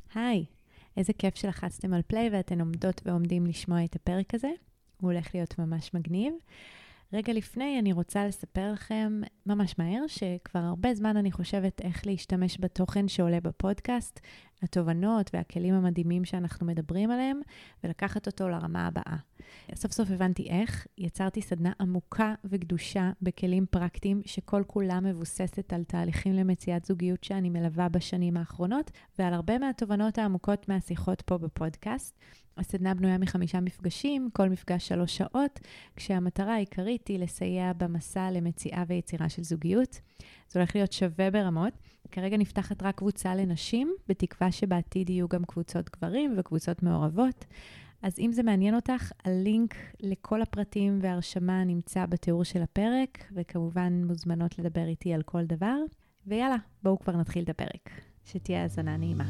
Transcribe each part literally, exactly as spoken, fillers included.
היי, איזה כיף שלחצתם על פליי ואתן עומדות ועומדים לשמוע את הפרק הזה. הוא הולך להיות ממש מגניב. רגע לפני אני רוצה לספר לכם ממש מהר שכבר הרבה זמן אני חושבת איך להשתמש בתוכן שעולה בפודקאסט, התובנות והכלים המדהימים שאנחנו מדברים עליהם, ולקחת אותו לרמה הבאה. סוף סוף הבנתי איך, יצרתי סדנה עמוקה וגדושה בכלים פרקטיים שכל כולה מבוססת על תהליכים למציאת זוגיות שאני מלווה בשנים האחרונות, ועל הרבה מהתובנות העמוקות מהשיחות פה בפודקאסט. הסדנה בנויה מחמישה מפגשים, כל מפגש שלוש שעות, כשהמטרה העיקרית היא לסייע במסע למציאה ויצירה של זוגיות. זה הולך להיות שווה ברמות. כרגע נפתחת רק קבוצה לנשים, בתקווה שבעתיד יהיו גם קבוצות גברים וקבוצות מעורבות. אז אם זה מעניין אותך, הלינק לכל הפרטים וההרשמה נמצא בתיאור של הפרק, וכמובן מוזמנות לדבר איתי על כל דבר. ויאללה, בואו כבר נתחיל את הפרק. שתהיה האזנה נעימה.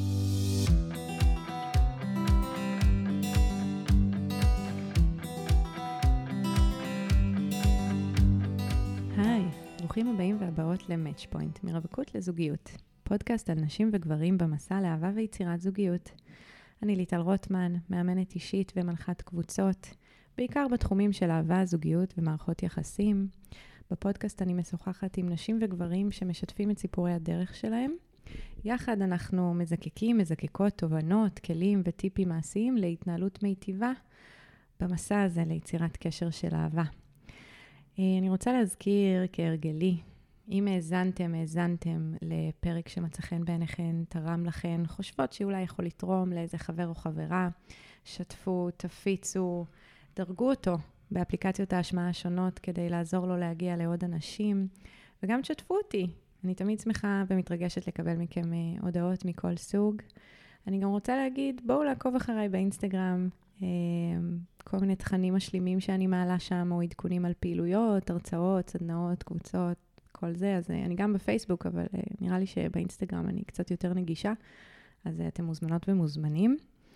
היי, ברוכים הבאים והבאות ל-Match Point, מרווקות לזוגיות. פודקאסט על נשים וגברים במסע לאהבה ויצירת זוגיות. אני ליטל רוטמן, מאמנת אישית ומנחת קבוצות, בעיקר בתחומים של אהבה, זוגיות ומערכות יחסים. בפודקאסט אני משוחחת עם נשים וגברים שמשתפים את סיפורי הדרך שלהם. יחד אנחנו מזקקים, מזקקות, תובנות, כלים וטיפים מעשיים להתנהלות מיטיבה במסע הזה ליצירת קשר של אהבה. אני רוצה להזכיר כהרגלי, אם האזנתם, האזנתם לפרק שמצא חן בעיניכן, תרם לכן, חושבות שאולי יכול לתרום לאיזה חבר או חברה, שתפו, תפיצו, דרגו אותו באפליקציות ההשמעה השונות כדי לעזור לו להגיע לעוד אנשים, וגם תשתפו אותי. אני תמיד שמחה ומתרגשת לקבל מכם הודעות מכל סוג. אני גם רוצה להגיד, בואו לעקוב אחריי באינסטגרם, כל מיני תכנים משלימים שאני מעלה שם, או עדכונים על פעילויות, הרצאות, סדנאות, קבוצות, כל זה. אז אני גם בפייסבוק, אבל נראה לי שבאינסטגרם אני קצת יותר נגישה, אז אתם מוזמנות ומוזמנים.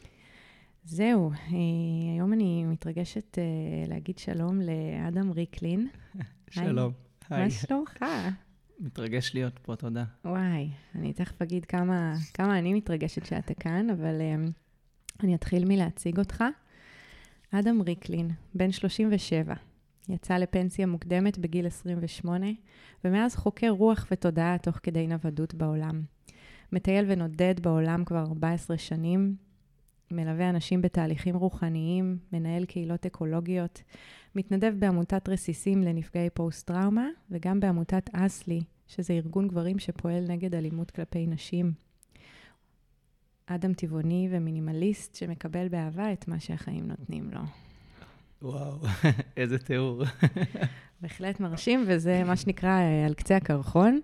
זהו, היום אני מתרגשת להגיד שלום לאדם ריקלין. שלום. היי. מה שלומך? מתרגש להיות פה, תודה. וואי, אני תכף אגיד כמה, כמה אני מתרגשת שאתה כאן, אבל אני אתחיל מלהציג אותך. אדם ריקלין, בן שלושים ושבע, יצא לפנסיה מוקדמת בגיל עשרים ושמונה, ומאז חוקר רוח ותודעה תוך כדי נוודות בעולם. מטייל ונודד בעולם כבר ארבע עשרה שנים, מלווה אנשים בתהליכים רוחניים, מנהל קהילות אקולוגיות, מתנדב בעמותת רסיסים לנפגעי פוסט-טראומה, וגם בעמותת אסלי, שזה ארגון גברים שפועל נגד אלימות כלפי נשים. אדם טבעוני ומינימליסט שמקבל באהבה את מה שהחיים נותנים לו. וואו, איזה תיאור. בהחלט מרשים, וזה מה שנקרא על קצה הקרחון.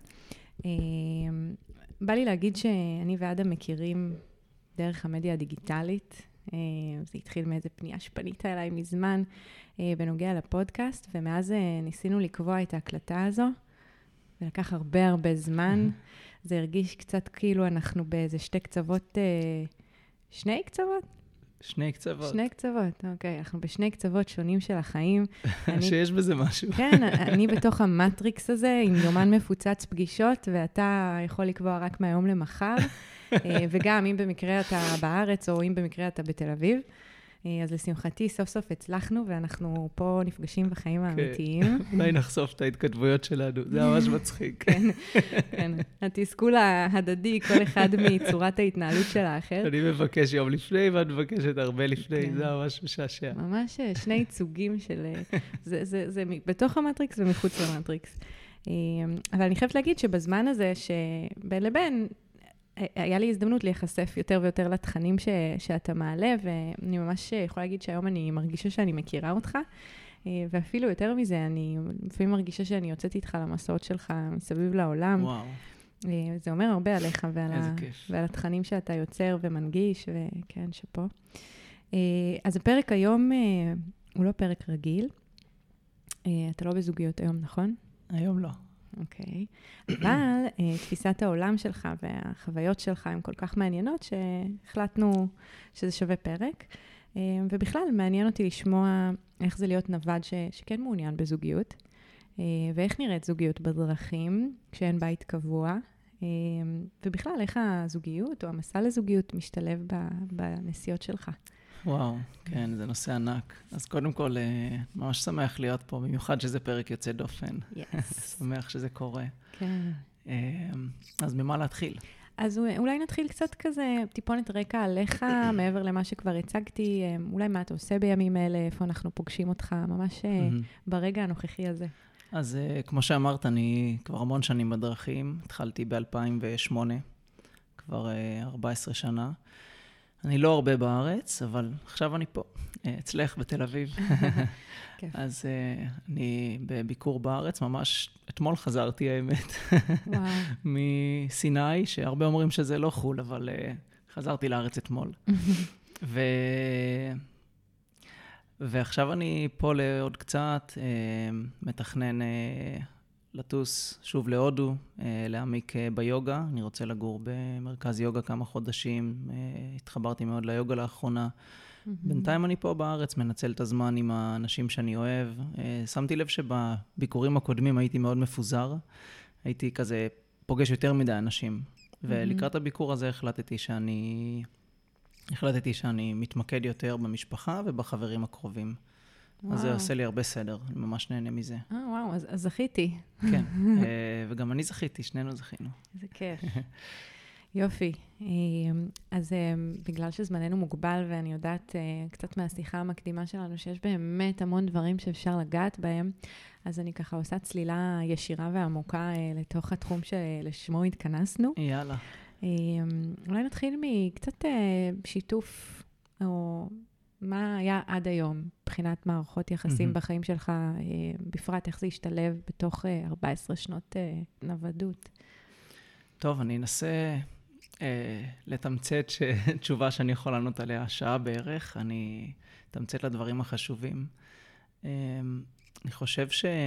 בא לי להגיד שאני ואדם מכירים דרך המדיה הדיגיטלית. זה התחיל מאיזה פנייה שפנית אליי מזמן בנוגע לפודקאסט, ומאז ניסינו לקבוע את ההקלטה הזו, ולקח הרבה הרבה זמן. זה הרגיש קצת כאילו אנחנו באיזה שתי קצוות, שני קצוות? שני קצוות. שני קצוות, אוקיי. אנחנו בשני קצוות שונים של החיים. שיש בזה משהו. כן, אני בתוך המטריקס הזה, עם יומן מפוצץ פגישות, ואתה יכול לקבוע רק מהיום למחר, וגם אם במקרה אתה בארץ, או אם במקרה אתה בתל אביב. אז לשמחתי, סוף סוף הצלחנו, ואנחנו פה נפגשים בחיים האמיתיים. אולי נחשוף את ההתכתבויות שלנו, זה ממש מצחיק. כן, כן. התסכול ההדדי, כל אחד מצורת ההתנהלות של האחר. אני מבקש יום לפני, ואת מבקשת הרבה לפני, זה ממש משעשע. ממש שני ייצוגים של... זה בתוך המטריקס ומחוץ למטריקס. אבל אני חייבת להגיד שבזמן הזה, שבין לבין, היה לי הזדמנות להיחשף יותר ויותר לתכנים ש, שאתה מעלה, ואני ממש יכולה להגיד שהיום אני מרגישה שאני מכירה אותך, ואפילו יותר מזה, אני לפעמים מרגישה שאני יוצאת איתך למסעות שלך מסביב לעולם. וואו. זה אומר הרבה עליך ועל, איזה ה, כיף. ועל התכנים שאתה יוצר ומנגיש, וכן, שפה. אז הפרק היום הוא לא פרק רגיל. אתה לא בזוגיות היום, נכון? היום לא. אוקיי. אבל תפיסת העולם שלך והחוויות שלך הן כל כך מעניינות שהחלטנו שזה שווה פרק. ובכלל, מעניין אותי לשמוע איך זה להיות נווד ש, שכן מעוניין בזוגיות, ואיך נראית זוגיות בדרכים כשאין בית קבוע, ובכלל, איך הזוגיות או המסע לזוגיות משתלב בנסיעות שלך? וואו, כן, זה נושא ענק. אז קודם כל, ממש שמח להיות פה, במיוחד שזה פרק יוצא דופן. יס. שמח שזה קורה. כן. אז ממה להתחיל? אז אולי נתחיל קצת כזה, טיפונת רקע עליך, מעבר למה שכבר הצגתי, אולי מה אתה עושה בימים אלה, איפה אנחנו פוגשים אותך, ממש ברגע הנוכחי הזה. אז כמו שאמרת, אני כבר המון שנים בדרכים, התחלתי ב-אלפיים ושמונה, כבר ארבע עשרה שנה. אני לא הרבה בארץ, אבל עכשיו אני פה, אצלך בתל אביב. אז אני בביקור בארץ, ממש אתמול חזרתי האמת, מסיני, שהרבה אומרים שזה לא חול, אבל חזרתי לארץ אתמול. ו... ועכשיו אני פה לעוד קצת, מתכנן לטוס שוב להודו, להעמיק ביוגה. אני רוצה לגור במרכז יוגה כמה חודשים, התחברתי מאוד ליוגה לאחרונה. בינתיים אני פה בארץ, מנצל את הזמן עם האנשים שאני אוהב. שמתי לב שבביקורים הקודמים הייתי מאוד מפוזר, הייתי כזה פוגש יותר מדי אנשים. ולקראת הביקור הזה החלטתי שאני, החלטתי שאני מתמקד יותר במשפחה ובחברים הקרובים. אז זה עושה לי הרבה סדר, אני ממש נהנה מזה. אה, וואו, אז, אז זכיתי. כן, וגם אני זכיתי, שנינו זכינו. זה כיף. יופי. אז בגלל שזמננו מוגבל, ואני יודעת קצת מהשיחה המקדימה שלנו, שיש באמת המון דברים שאפשר לגעת בהם, אז אני ככה עושה צלילה ישירה ועמוקה לתוך התחום שלשמו התכנסנו. יאללה. אולי נתחיל מקצת שיתוף, או מה היה עד היום, מבחינת מערכות יחסים mm-hmm. בחיים שלך, בפרט איך זה השתלב בתוך ארבע עשרה שנות נוודות. טוב, אני אנסה אה, לתמצת ש... תשובה שאני יכול לענות עליה שעה בערך. אני אתמצת לדברים החשובים. אה, אני חושב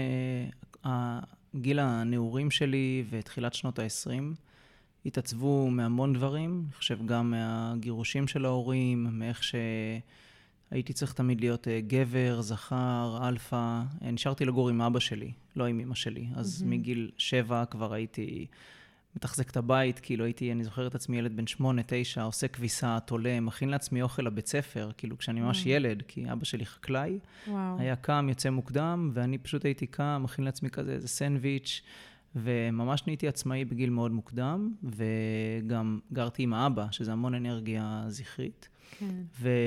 שהגיל הנעורים שלי ותחילת שנות ה-עשרים התעצבו מהמון דברים. אני חושב גם מהגירושים של ההורים, מאיך שהייתי צריך תמיד להיות גבר, זכר, אלפא. נשארתי לגור עם אבא שלי, לא עם אמא שלי. אז mm-hmm. מגיל שבע כבר הייתי מתחזק את הבית, כאילו הייתי, אני זוכר את עצמי ילד בן שמונה, תשע, עושה כביסה, תולה, מכין לעצמי אוכל לבית ספר, כאילו כשאני ממש ילד, כי אבא שלי חקלאי, וואו. היה קם, יוצא מוקדם, ואני פשוט הייתי קם, מכין לעצמי כזה איזה סנדוויץ', וממש נהייתי עצמאי בגיל מאוד מוקדם, וגם גרתי עם האבא, שזה המון אנרגיה זכרית. כן.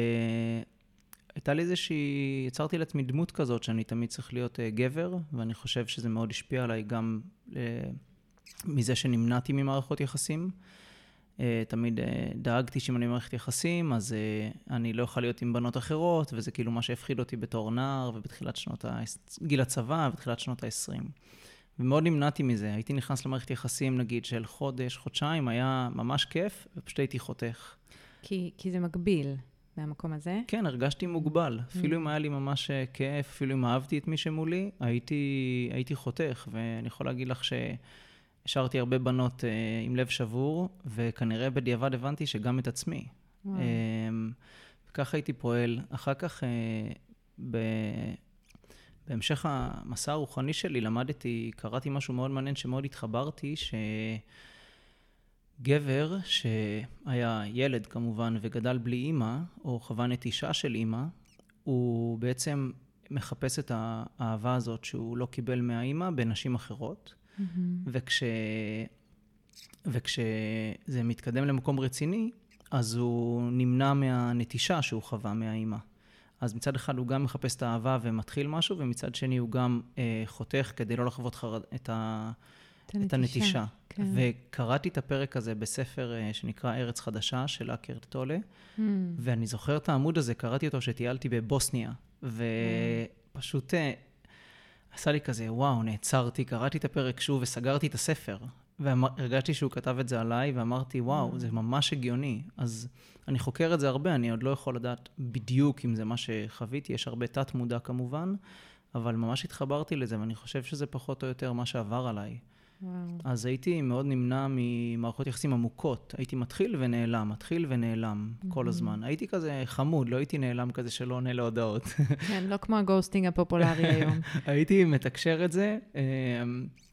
והייתה לי איזושהי, יצרתי לעצמי דמות כזאת, שאני תמיד צריך להיות גבר, ואני חושב שזה מאוד השפיע עליי גם מזה שנמנעתי ממערכות יחסים. תמיד דאגתי שאם אני במערכת יחסים, אז אני לא יכול להיות עם בנות אחרות, וזה כאילו מה שהפחיד אותי בתור נער, ובתחילת שנות ה... גיל הצבא, ובתחילת שנות ה-עשרים. ומאוד נמנעתי מזה. הייתי נכנס למערכת יחסים, נגיד, של חודש, חודשיים, היה ממש כיף, ופשוט הייתי חותך. כי, כי זה מגביל מהמקום הזה? כן, הרגשתי מוגבל. אפילו אם היה לי ממש כיף, אפילו אם אהבתי את מי שמולי, הייתי, הייתי חותך, ואני יכול להגיד לך ש... השארתי הרבה בנות אה, עם לב שבור, וכנראה בדיעבד הבנתי שגם את עצמי. אה, וככה הייתי פועל. אחר כך, אה, ב... בהמשך המסע הרוחני שלי, למדתי, קראתי משהו מאוד מעניין שמאוד התחברתי, שגבר שהיה ילד כמובן וגדל בלי אמא, או חווה נטישה של אמא, הוא בעצם מחפש את האהבה הזאת שהוא לא קיבל מהאמא בנשים אחרות. וכש... וכשזה מתקדם למקום רציני, אז הוא נמנע מהנטישה שהוא חווה מהאימא. אז מצד אחד הוא גם מחפש את האהבה ומתחיל משהו, ומצד שני הוא גם אה, חותך כדי לא לחוות חרד... את, ה... את הנטישה. כן. וקראתי את הפרק הזה בספר אה, שנקרא ארץ חדשה של אקרט טולה, mm. ואני זוכר את העמוד הזה, קראתי אותו שטיילתי בבוסניה, ופשוט... אה, עשה לי כזה, וואו, נעצרתי, קראתי את הפרק שוב וסגרתי את הספר. והרגשתי שהוא כתב את זה עליי, ואמרתי, וואו, זה ממש הגיוני. אז אני חוקר את זה הרבה, אני עוד לא יכול לדעת בדיוק אם זה מה שחוויתי, יש הרבה תת מודע כמובן, אבל ממש התחברתי לזה, ואני חושב שזה פחות או יותר מה שעבר עליי. וואו. אז הייתי מאוד נמנע ממערכות יחסים עמוקות. הייתי מתחיל ונעלם, מתחיל ונעלם כל הזמן. הייתי כזה חמוד, לא הייתי נעלם כזה שלא עונה להודעות. כן, לא כמו הגוסטינג הפופולרי היום. הייתי מתקשר את זה.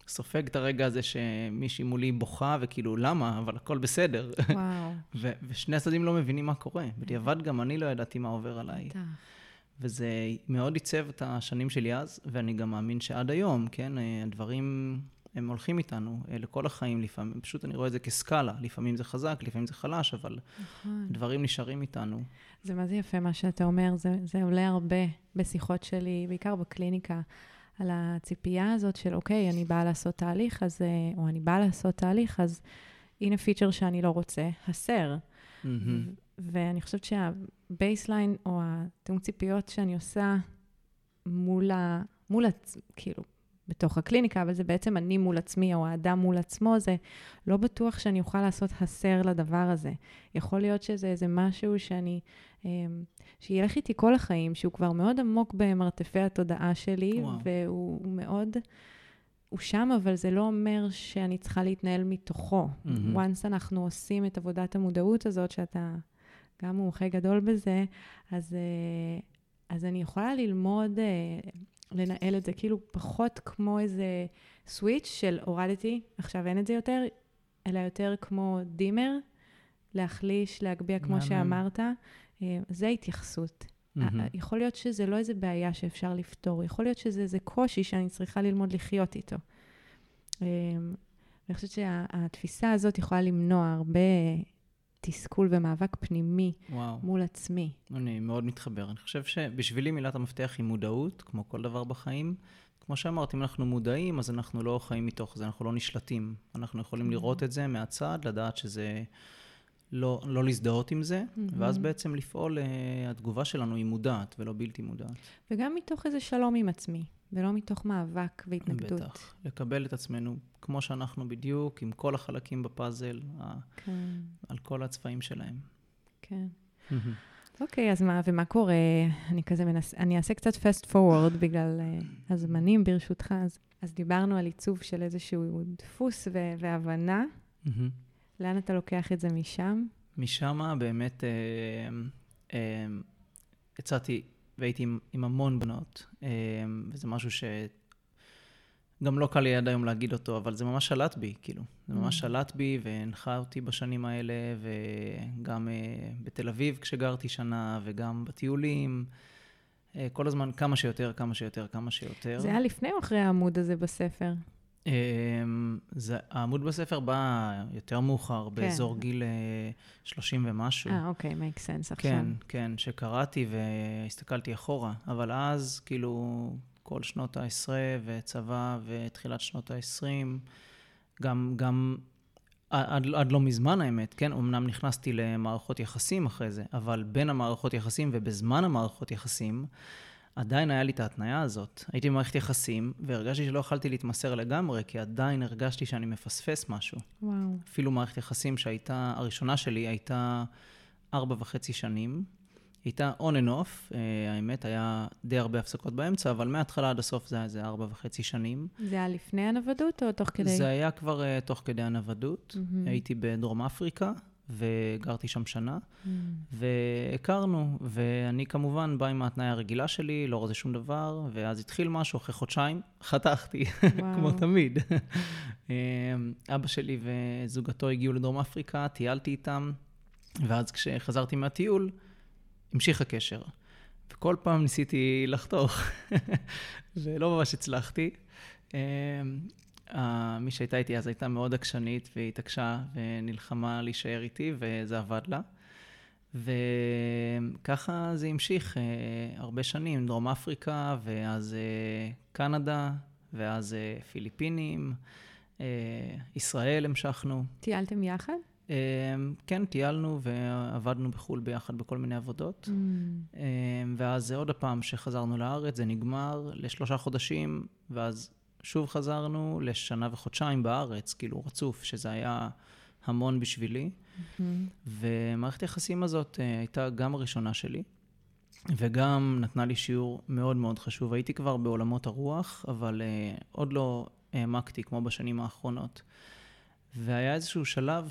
סופג את הרגע הזה שמישהי מולי בוכה, וכאילו, למה? אבל הכל בסדר. וואו. ו- ושני הצדדים לא מבינים מה קורה. בדיעבד גם אני לא ידעתי מה עובר עליי. בטח. וזה מאוד ייצב את השנים שלי אז, ואני גם מאמין שעד היום, כן, הדברים, הם הולכים איתנו לכל החיים לפעמים. פשוט אני רואה את זה כסקאלה. לפעמים זה חזק, לפעמים זה חלש, אבל נכון. דברים נשארים איתנו. זה מה זה יפה מה שאתה אומר, זה, זה עולה הרבה בשיחות שלי, בעיקר בקליניקה, על הציפייה הזאת של, אוקיי, אני באה לעשות תהליך, אז, או אני באה לעשות תהליך, אז הנה פיצ'ר שאני לא רוצה, הסר. Mm-hmm. ו- ואני חושבת שהבייסליין, או התאום ציפיות שאני עושה מול ה... מול הצ... כאילו, בתוך הקליניקה, אבל זה בעצם אני מול עצמי, או האדם מול עצמו, זה לא בטוח שאני אוכל לעשות הסר לדבר הזה. יכול להיות שזה איזה משהו שאני... שילך איתי כל החיים, שהוא כבר מאוד עמוק במרתפי התודעה שלי, וואו. והוא מאוד, הוא שם, אבל זה לא אומר שאני צריכה להתנהל מתוכו. Mm-hmm. once אנחנו עושים את עבודת המודעות הזאת, שאתה גם מומחה גדול בזה, אז, אז אני יכולה ללמוד, לנהל את זה, כאילו פחות כמו איזה סוויץ' של הורדתי, עכשיו אין את זה יותר, אלא יותר כמו דימר, להחליש, להגביה כמו שאמרת, זה התייחסות. Mm-hmm. יכול להיות שזה לא איזה בעיה שאפשר לפתור, יכול להיות שזה איזה קושי שאני צריכה ללמוד לחיות איתו. אני חושבת שהתפיסה הזאת יכולה למנוע הרבה תסכול ומאבק פנימי וואו. מול עצמי. אני מאוד מתחבר. אני חושב שבשבילי מילת המפתח היא מודעות, כמו כל דבר בחיים. כמו שאמרתי, אם אנחנו מודעים, אז אנחנו לא חיים מתוך זה, אנחנו לא נשלטים. אנחנו יכולים mm-hmm. לראות את זה מהצד, לדעת שזה... לא, לא להזדהות עם זה, mm-hmm. ואז בעצם לפעול, התגובה שלנו היא מודעת ולא בלתי מודעת. וגם מתוך איזה שלום עם עצמי, ולא מתוך מאבק והתנגדות. בטח, לקבל את עצמנו כמו שאנחנו בדיוק, עם כל החלקים בפאזל, כן. על כל הצבעים שלהם. כן. אוקיי, אז מה, ומה קורה? אני כזה מנס... אני אעשה קצת fast forward בגלל uh, הזמנים ברשותך. אז, אז דיברנו על עיצוב של איזשהו דפוס ו- והבנה. Mm-hmm. לאן אתה לוקח את זה משם? משם באמת אה, אה, יצאתי והייתי עם, עם המון בנות, אה, וזה משהו שגם לא קל לי עד היום להגיד אותו, אבל זה ממש שלט בי, כאילו. זה ממש שלט בי והנחה אותי בשנים האלה, וגם אה, בתל אביב כשגרתי שנה, וגם בטיולים, אה, כל הזמן כמה שיותר, כמה שיותר, כמה שיותר. זה היה לפני או אחרי העמוד הזה בספר? זה, העמוד בספר בא יותר מאוחר, כן. באזור גיל שלושים ומשהו. אה, אוקיי, make sense עכשיו. כן, כן, שקראתי והסתכלתי אחורה, אבל אז כאילו כל שנות העשרה וצבא ותחילת שנות העשרים, גם, גם עד, עד לא מזמן האמת, כן, אמנם נכנסתי למערכות יחסים אחרי זה, אבל בין המערכות יחסים ובזמן המערכות יחסים, עדיין היה לי את ההתניה הזאת. הייתי במערכת יחסים, והרגשתי שלא יכולתי להתמסר לגמרי, כי עדיין הרגשתי שאני מפספס משהו. וואו. אפילו מערכת יחסים שהייתה, הראשונה שלי הייתה ארבע וחצי שנים. הייתה on and off, האמת, היה די הרבה הפסקות באמצע, אבל מההתחלה עד הסוף זה היה איזה ארבע וחצי שנים. זה היה לפני הנוודות או תוך כדי? זה היה כבר uh, תוך כדי הנוודות. Mm-hmm. הייתי בדרום אפריקה, וגרתי שם שנה, mm. והכרנו, ואני כמובן בא עם ההתניה הרגילה שלי, לא רוצה שום דבר, ואז התחיל משהו, אחרי חודשיים חתכתי, כמו תמיד. אבא שלי וזוגתו הגיעו לדרום אפריקה, טיילתי איתם, ואז כשחזרתי מהטיול, המשיך הקשר. וכל פעם ניסיתי לחתוך, ולא ממש הצלחתי. Uh, מי שהייתה איתי אז הייתה מאוד עקשנית והיא התעקשה ונלחמה להישאר איתי וזה עבד לה. וככה זה המשיך uh, הרבה שנים, דרום אפריקה ואז uh, קנדה ואז uh, פיליפינים, uh, ישראל המשכנו. טיילתם יחד? Uh, כן, טיילנו ועבדנו בחול ביחד בכל מיני עבודות. Mm. Uh, ואז עוד הפעם שחזרנו לארץ זה נגמר לשלושה חודשים ואז שוב חזרנו לשנה וחודשיים בארץ, כאילו רצוף, שזה היה המון בשבילי. Mm-hmm. ומערכת היחסים הזאת uh, הייתה גם הראשונה שלי, וגם נתנה לי שיעור מאוד מאוד חשוב. הייתי כבר בעולמות הרוח, אבל uh, עוד לא העמקתי כמו בשנים האחרונות. והיה איזשהו שלב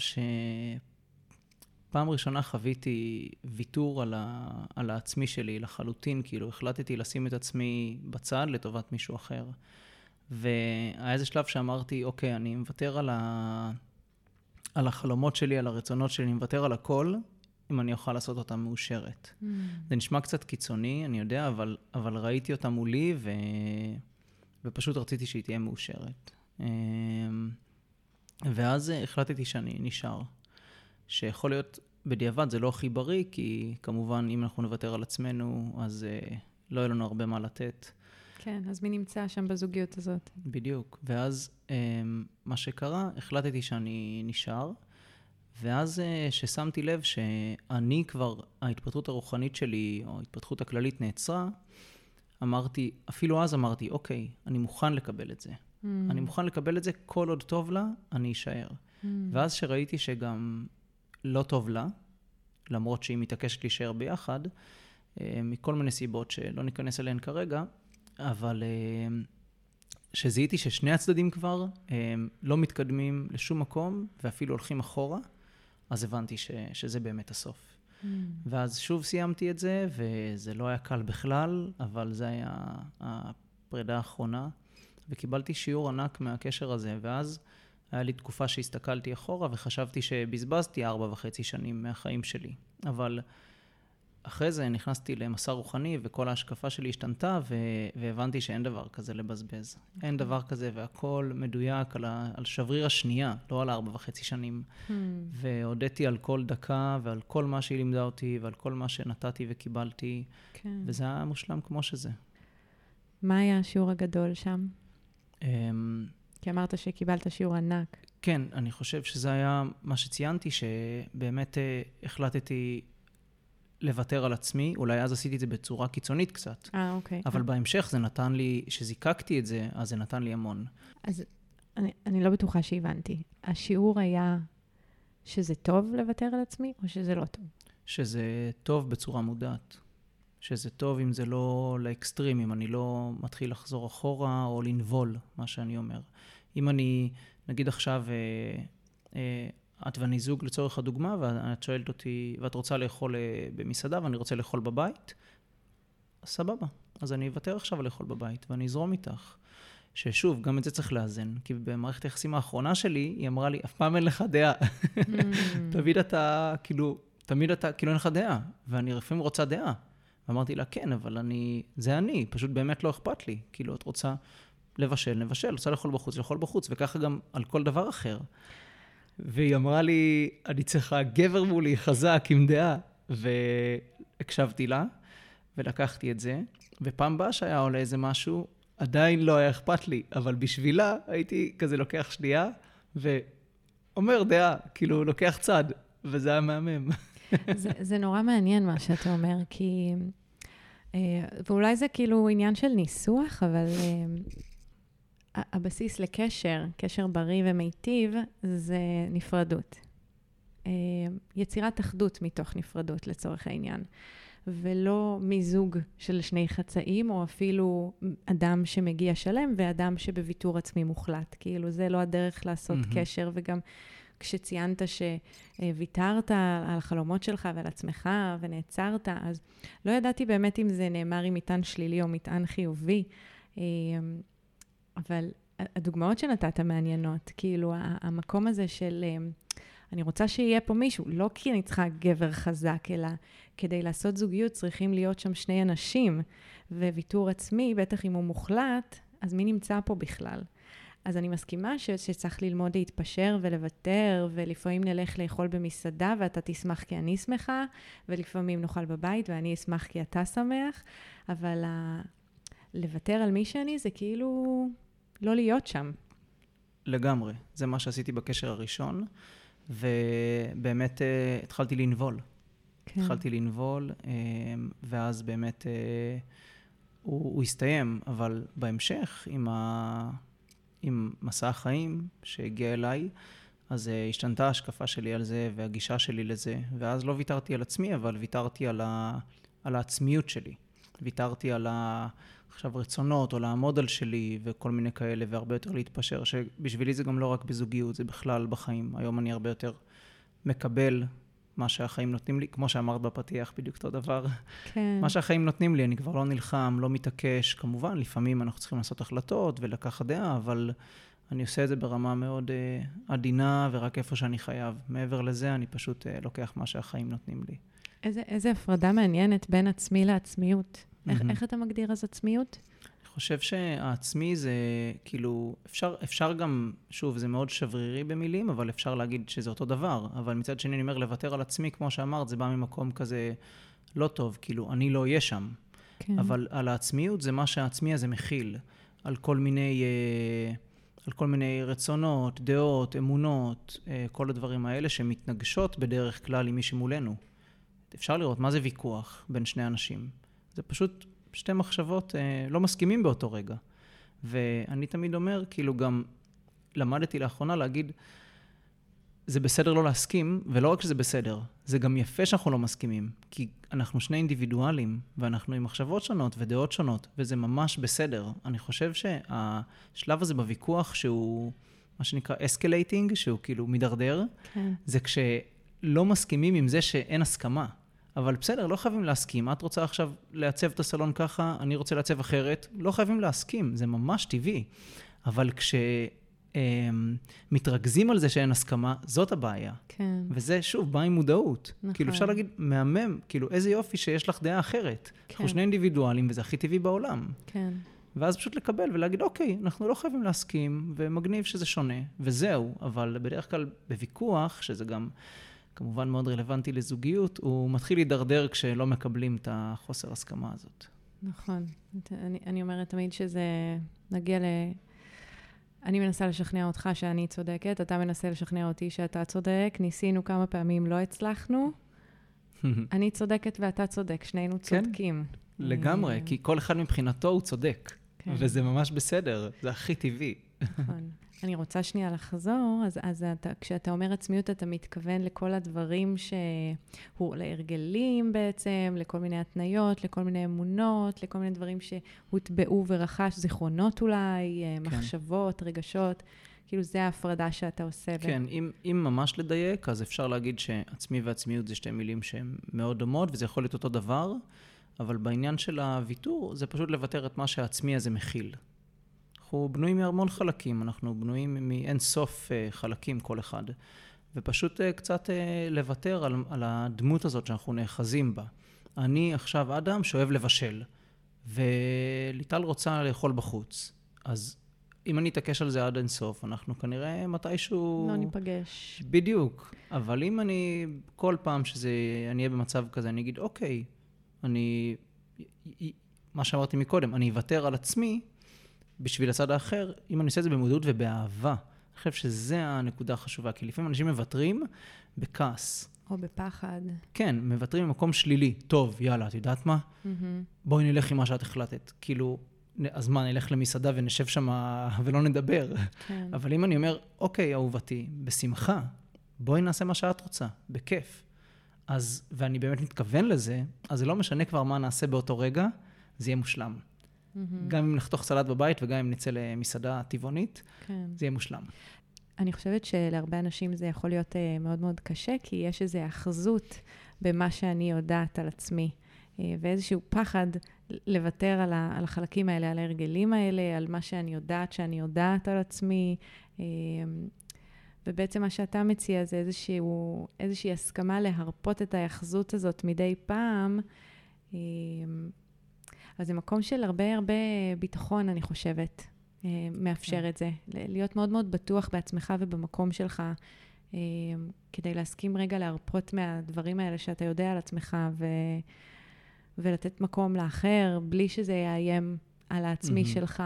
שפעם ראשונה חוויתי ויתור על, ה... על העצמי שלי לחלוטין, כאילו החלטתי לשים את עצמי בצד לטובת מישהו אחר. והיה איזה שלב שאמרתי, אוקיי, אני מוותר על, ה... על החלומות שלי, על הרצונות שלי, אני מוותר על הכל, אם אני אוכל לעשות אותה מאושרת. Mm. זה נשמע קצת קיצוני, אני יודע, אבל, אבל ראיתי אותה מולי, ו... ופשוט רציתי שהיא תהיה מאושרת. ואז החלטתי שאני נשאר. שיכול להיות, בדיעבד זה לא הכי בריא, כי כמובן אם אנחנו נוותר על עצמנו, אז uh, לא יהיה לנו הרבה מה לתת. כן, אז מי נמצא שם בזוגיות הזאת? בדיוק. ואז um, מה שקרה, החלטתי שאני נשאר, ואז uh, ששמתי לב שאני כבר, ההתפתחות הרוחנית שלי, או ההתפתחות הכללית נעצרה, אמרתי, אפילו אז אמרתי, אוקיי, אני מוכן לקבל את זה. Mm. אני מוכן לקבל את זה, כל עוד טוב לה, אני אשאר. Mm. ואז שראיתי שגם לא טוב לה, למרות שהיא מתעקשת להישאר ביחד, מכל מיני סיבות שלא ניכנס אליהן כרגע, אבל שזיהיתי ששני הצדדים כבר לא מתקדמים לשום מקום, ואפילו הולכים אחורה, אז הבנתי ש, שזה באמת הסוף. Mm. ואז שוב סיימתי את זה, וזה לא היה קל בכלל, אבל זה היה הפרידה האחרונה, וקיבלתי שיעור ענק מהקשר הזה, ואז היה לי תקופה שהסתכלתי אחורה, וחשבתי שבזבזתי ארבע וחצי שנים מהחיים שלי. אבל אחרי זה נכנסתי למסע רוחני, וכל ההשקפה שלי השתנתה, ו- והבנתי שאין דבר כזה לבזבז. אין דבר כזה, והכל מדויק על, ה- על שבריר השנייה, לא על ארבע וחצי שנים. Hmm. והודיתי על כל דקה, ועל כל מה שהיא לימדה אותי, ועל כל מה שנתתי וקיבלתי, כן. וזה היה מושלם כמו שזה. מה היה השיעור הגדול שם? כי אמרת שקיבלת שיעור ענק. כן, אני חושב שזה היה מה שציינתי, שבאמת החלטתי לוותר על עצמי, אולי אז עשיתי את זה בצורה קיצונית קצת. אה, אוקיי. אבל בהמשך זה נתן לי, שזיקקתי את זה, אז זה נתן לי המון. אז אני, אני לא בטוחה שהבנתי. השיעור היה שזה טוב לוותר על עצמי, או שזה לא טוב? שזה טוב בצורה מודעת. שזה טוב אם זה לא לאקסטרים, אם אני לא מתחיל לחזור אחורה או לנבול, מה שאני אומר. אם אני, נגיד עכשיו, אה, אה, את ואני זוג לצורך הדוגמה, ואת שואלת אותי, ואת רוצה לאכול אה, במסעדה, ואני רוצה לאכול בבית, סבבה. אז אני אוותר עכשיו לאכול בבית, ואני אזרום איתך. ששוב, גם את זה צריך לאזן, כי במערכת היחסים האחרונה שלי, היא אמרה לי, אף פעם אין לך דעה. תמיד אתה, כאילו, תמיד אתה, כאילו אין לך דעה, ואני לפעמים רוצה דעה. ואמרתי לה, כן, אבל אני, זה אני, פשוט באמת לא אכפת לי. כאילו, את רוצה לבשל, לבשל, רוצה לאכול בחוץ, לאכול בחוץ, וככה גם על כל דבר אחר. והיא אמרה לי, אני צריכה גבר מולי חזק עם דעה, והקשבתי לה, ולקחתי את זה, ופעם באה שהיה עולה איזה משהו, עדיין לא היה אכפת לי, אבל בשבילה הייתי כזה לוקח שנייה, ואומר דעה, כאילו לוקח צד, וזה היה מהמם. זה, זה נורא מעניין מה שאתה אומר, כי, ואולי זה כאילו עניין של ניסוח, אבל הבסיס לקשר, קשר בריא ומיטיב, זה נפרדות. יצירת אחדות מתוך נפרדות לצורך העניין. ולא מיזוג של שני חצאים, או אפילו אדם שמגיע שלם, ואדם שבוויתור עצמי מוחלט. כאילו זה לא הדרך לעשות mm-hmm. קשר, וגם כשציינת שוויתרת על החלומות שלך ועל עצמך, ונעצרת, אז לא ידעתי באמת אם זה נאמר עם מטען שלילי או מטען חיובי, אבל הדוגמאות שנתת מעניינות, כאילו המקום הזה של אני רוצה שיהיה פה מישהו, לא כי אני צריכה גבר חזק, אלא כדי לעשות זוגיות צריכים להיות שם שני אנשים, וויתור עצמי, בטח אם הוא מוחלט, אז מי נמצא פה בכלל? אז אני מסכימה ש- שצריך ללמוד להתפשר ולוותר, ולפעמים נלך לאכול במסעדה, ואתה תשמח כי אני שמחה, ולפעמים נאכל בבית, ואני אשמח כי אתה שמח, אבל ה- לוותר על מי שאני זה כאילו לא להיות שם. לגמרי, זה מה שעשיתי בקשר הראשון, ובאמת uh, התחלתי לנבול. כן. התחלתי לנבול, uh, ואז באמת uh, הוא, הוא הסתיים, אבל בהמשך, עם, ה, עם מסע החיים שהגיע אליי, אז uh, השתנתה ההשקפה שלי על זה, והגישה שלי לזה, ואז לא ויתרתי על עצמי, אבל ויתרתי על, ה, על העצמיות שלי. ויתרתי על ה... עכשיו רצונות, או לעמוד על שלי, וכל מיני כאלה, והרבה יותר להתפשר, שבשבילי זה גם לא רק בזוגיות, זה בכלל בחיים. היום אני הרבה יותר מקבל מה שהחיים נותנים לי, כמו שאמרת בפתיח, בדיוק אותו דבר. כן. מה שהחיים נותנים לי, אני כבר לא נלחם, לא מתעקש. כמובן, לפעמים אנחנו צריכים לעשות החלטות ולקחת דעה, אבל אני עושה את זה ברמה מאוד uh, עדינה, ורק איפה שאני חייב. מעבר לזה, אני פשוט uh, לוקח מה שהחיים נותנים לי. איזה, איזה הפרדה מעניינת בין עצמי לעצמיות. איך, איך אתה מגדיר אז עצמיות? אני חושב שהעצמי זה, כאילו, אפשר, אפשר גם, שוב, זה מאוד שברירי במילים, אבל אפשר להגיד שזה אותו דבר. אבל מצד שני, אני אומר, לוותר על עצמי, כמו שאמרת, זה בא ממקום כזה לא טוב, כאילו, אני לא אהיה שם. כן. אבל על העצמיות זה מה שהעצמי הזה מכיל. על כל מיני, על כל מיני רצונות, דעות, אמונות, כל הדברים האלה שמתנגשות בדרך כלל עם מי שמולנו. אפשר לראות מה זה ויכוח בין שני אנשים. זה פשוט שתי מחשבות אה, לא מסכימים באותו רגע. ואני תמיד אומר, כאילו גם למדתי לאחרונה להגיד, זה בסדר לא להסכים, ולא רק שזה בסדר, זה גם יפה שאנחנו לא מסכימים, כי אנחנו שני אינדיבידואלים, ואנחנו עם מחשבות שונות ודעות שונות, וזה ממש בסדר. אני חושב שהשלב הזה בוויכוח שהוא, מה שנקרא escalating, שהוא כאילו מדרדר, כן. זה כשלא מסכימים עם זה שאין הסכמה. אבל בסדר, לא חייבים להסכים. את רוצה עכשיו לעצב את הסלון ככה, אני רוצה לעצב אחרת. לא חייבים להסכים, זה ממש טבעי. אבל כשמתרכזים על זה שאין הסכמה, זאת הבעיה. כן. וזה, שוב, בא עם מודעות. נכון. כאילו אפשר להגיד, מהמם, כאילו איזה יופי שיש לך דעה אחרת. כן. אנחנו שני אינדיבידואלים, וזה הכי טבעי בעולם. כן. ואז פשוט לקבל ולהגיד, אוקיי, אנחנו לא חייבים להסכים, ומגניב שזה שונה, וזהו. אבל בדרך כלל בוויכוח, שזה גם כמובן מאוד רלוונטי לזוגיות, הוא מתחיל להידרדר כשלא מקבלים את החוסר הסכמה הזאת. נכון. אני, אני אומרת תמיד שזה נגיע ל... אני מנסה לשכנע אותך שאני צודקת, אתה מנסה לשכנע אותי שאתה צודק, ניסינו כמה פעמים, לא הצלחנו. אני צודקת ואתה צודק, שנינו צודקים. לגמרי, כי כל אחד מבחינתו הוא צודק, וזה ממש בסדר, זה הכי טבעי. נכון. אני רוצה שנייה לחזור, אז, אז אתה, כשאתה אומר עצמיות, אתה מתכוון לכל הדברים שהוא, להרגלים בעצם, לכל מיני התניות, לכל מיני אמונות, לכל מיני דברים שהוטבעו ורכש, זיכרונות אולי, כן. מחשבות, רגשות, כאילו זה ההפרדה שאתה עושה. כן, ב... אם, אם ממש לדייק, אז אפשר להגיד שעצמי ועצמיות זה שתי מילים שהן מאוד דומות, וזה יכול להיות אותו דבר, אבל בעניין של הוויתור, זה פשוט לוותר את מה שהעצמי הזה מכיל. אנחנו בנויים מהרמון חלקים, אנחנו בנויים מאין סוף חלקים כל אחד, ופשוט קצת לוותר על, על הדמות הזאת שאנחנו נאחזים בה. אני עכשיו אדם שאוהב לבשל, וליטל רוצה לאכול בחוץ, אז אם אני אתעקש על זה עד אין סוף, אנחנו כנראה מתישהו... לא ניפגש. בדיוק, אבל אם אני, כל פעם שזה, אני אהיה במצב כזה, אני אגיד, אוקיי, אני, מה שאמרתי מקודם, אני אוותר על עצמי, בשביל הצד האחר, אם אני עושה את זה במודעות ובאהבה, אני חושב שזה הנקודה החשובה, כי לפעמים אנשים מבטרים בכעס. או בפחד. כן, מבטרים במקום שלילי. טוב, יאללה, את יודעת מה? Mm-hmm. בואי נלך עם מה שאת החלטת. כאילו, אז מה, נלך למסעדה ונשב שם ולא נדבר. כן. אבל אם אני אומר, אוקיי, אהובתי, בשמחה, בואי נעשה מה שאת רוצה, בכיף. אז, ואני באמת מתכוון לזה, אז זה לא משנה כבר מה נעשה באותו רגע, זה יהיה מושלם. גם אם נחתוך סלט בבית וגם אם נצא למסעדה טבעונית, כן. זה יהיה מושלם. אני חושבת שלהרבה אנשים זה יכול להיות uh, מאוד מאוד קשה, כי יש איזו אחזות במה שאני יודעת על עצמי, uh, ואיזשהו פחד לוותר על, ה- על החלקים האלה, על ההרגלים האלה, על מה שאני יודעת שאני יודעת על עצמי, uh, ובעצם מה שאתה מציע זה איזשהו, איזושהי הסכמה להרפות את האחזות הזאת מדי פעם, uh, אז זה מקום של הרבה הרבה ביטחון, אני חושבת, מאפשר את זה. להיות מאוד מאוד בטוח בעצמך ובמקום שלך, כדי להסכים רגע להרפות מהדברים האלה שאתה יודע על עצמך, ו... ולתת מקום לאחר, בלי שזה יאיים על העצמי שלך.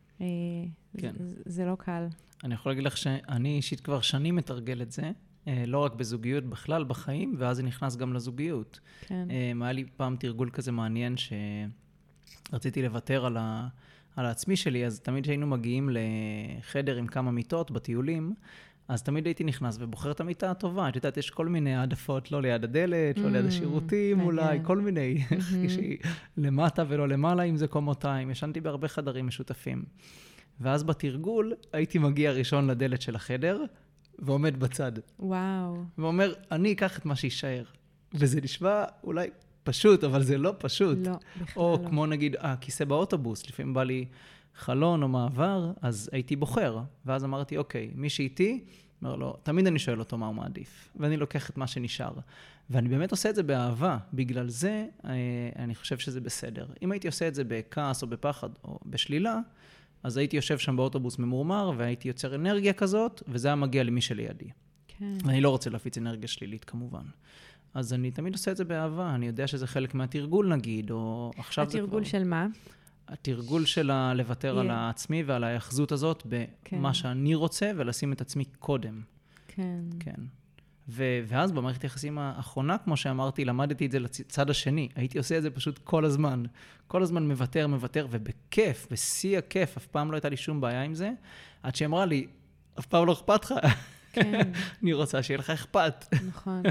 כן. זה לא קל. אני יכול להגיד לך שאני אישית כבר שנים מתרגל את זה, לא רק בזוגיות, בכלל בחיים, ואז זה נכנס גם לזוגיות. כן. היה לי פעם תרגול כזה מעניין ש... רציתי לוותר על, ה, על העצמי שלי, אז תמיד שהיינו מגיעים לחדר עם כמה מיטות בטיולים, אז תמיד הייתי נכנס ובוחר את המיטה הטובה. את יודעת, יש כל מיני העדפות, לא ליד הדלת, לא ליד השירותים, אולי, כל מיני, למטה ולא למעלה, אם זה קומותיים. ישנתי בהרבה חדרים משותפים. ואז בתרגול הייתי מגיע ראשון לדלת של החדר, ועומד בצד. וואו. ואומר, אני אקח את מה שישאר. וזה נשמע אולי פשוט, אבל זה לא פשוט. לא, בכלל או לא. כמו נגיד, אה, כיסא באוטובוס, לפעמים בא לי חלון או מעבר, אז הייתי בוחר. ואז אמרתי, אוקיי, מי שאיתי, אומר לו, תמיד אני שואל אותו מה הוא מעדיף. ואני לוקח את מה שנשאר. ואני באמת עושה את זה באהבה. בגלל זה, אני חושב שזה בסדר. אם הייתי עושה את זה בכעס או בפחד או בשלילה, אז הייתי יושב שם באוטובוס ממורמר, והייתי יוצר אנרגיה כזאת, וזה היה מגיע למי שלידי. כן. אני לא רוצה להפיץ אנרגיה שלילית, כמובן. אז אני תמיד עושה את זה באהבה. אני יודע שזה חלק מהתרגול, נגיד, או עכשיו זה כבר... התרגול של מה? התרגול של לוותר על העצמי ועל ההאחזות הזאת, במה שאני רוצה, ולשים את עצמי קודם. כן. כן. ו- ואז במערכת היחסים האחרונה, כמו שאמרתי, למדתי את זה לצד השני. הייתי עושה את זה פשוט כל הזמן. כל הזמן מוותר, מוותר, ובכיף, בשיא הכיף, אף פעם לא הייתה לי שום בעיה עם זה, עד שאמרה לי, אף פעם לא אכפת לך. כן. אני רוצה שיהיה לך אכפת. נכון.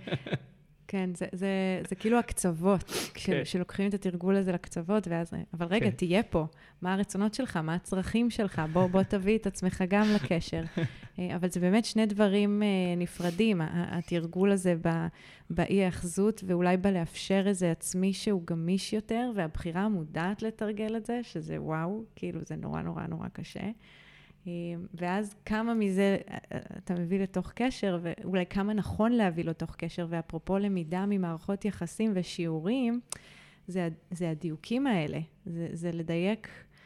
כן, זה, זה, זה כאילו הקצוות, כן. שלוקחים את התרגול הזה לקצוות, ואז, אבל רגע, כן. תהיה פה. מה הרצונות שלך? מה הצרכים שלך? בוא, בוא תביא את עצמך גם לקשר. אבל זה באמת שני דברים נפרדים, התרגול הזה באי האחזות, ואולי בלאפשר איזה עצמי שהוא גמיש יותר, והבחירה המודעת לתרגל את זה, שזה וואו, כאילו זה נורא נורא נורא קשה. ואז כמה מזה אתה מביא לתוך קשר, ואולי כמה נכון להביא לתוך קשר, ואפרופו למידה ממערכות יחסים ושיעורים, זה, זה הדיוקים האלה, זה, זה לדייק,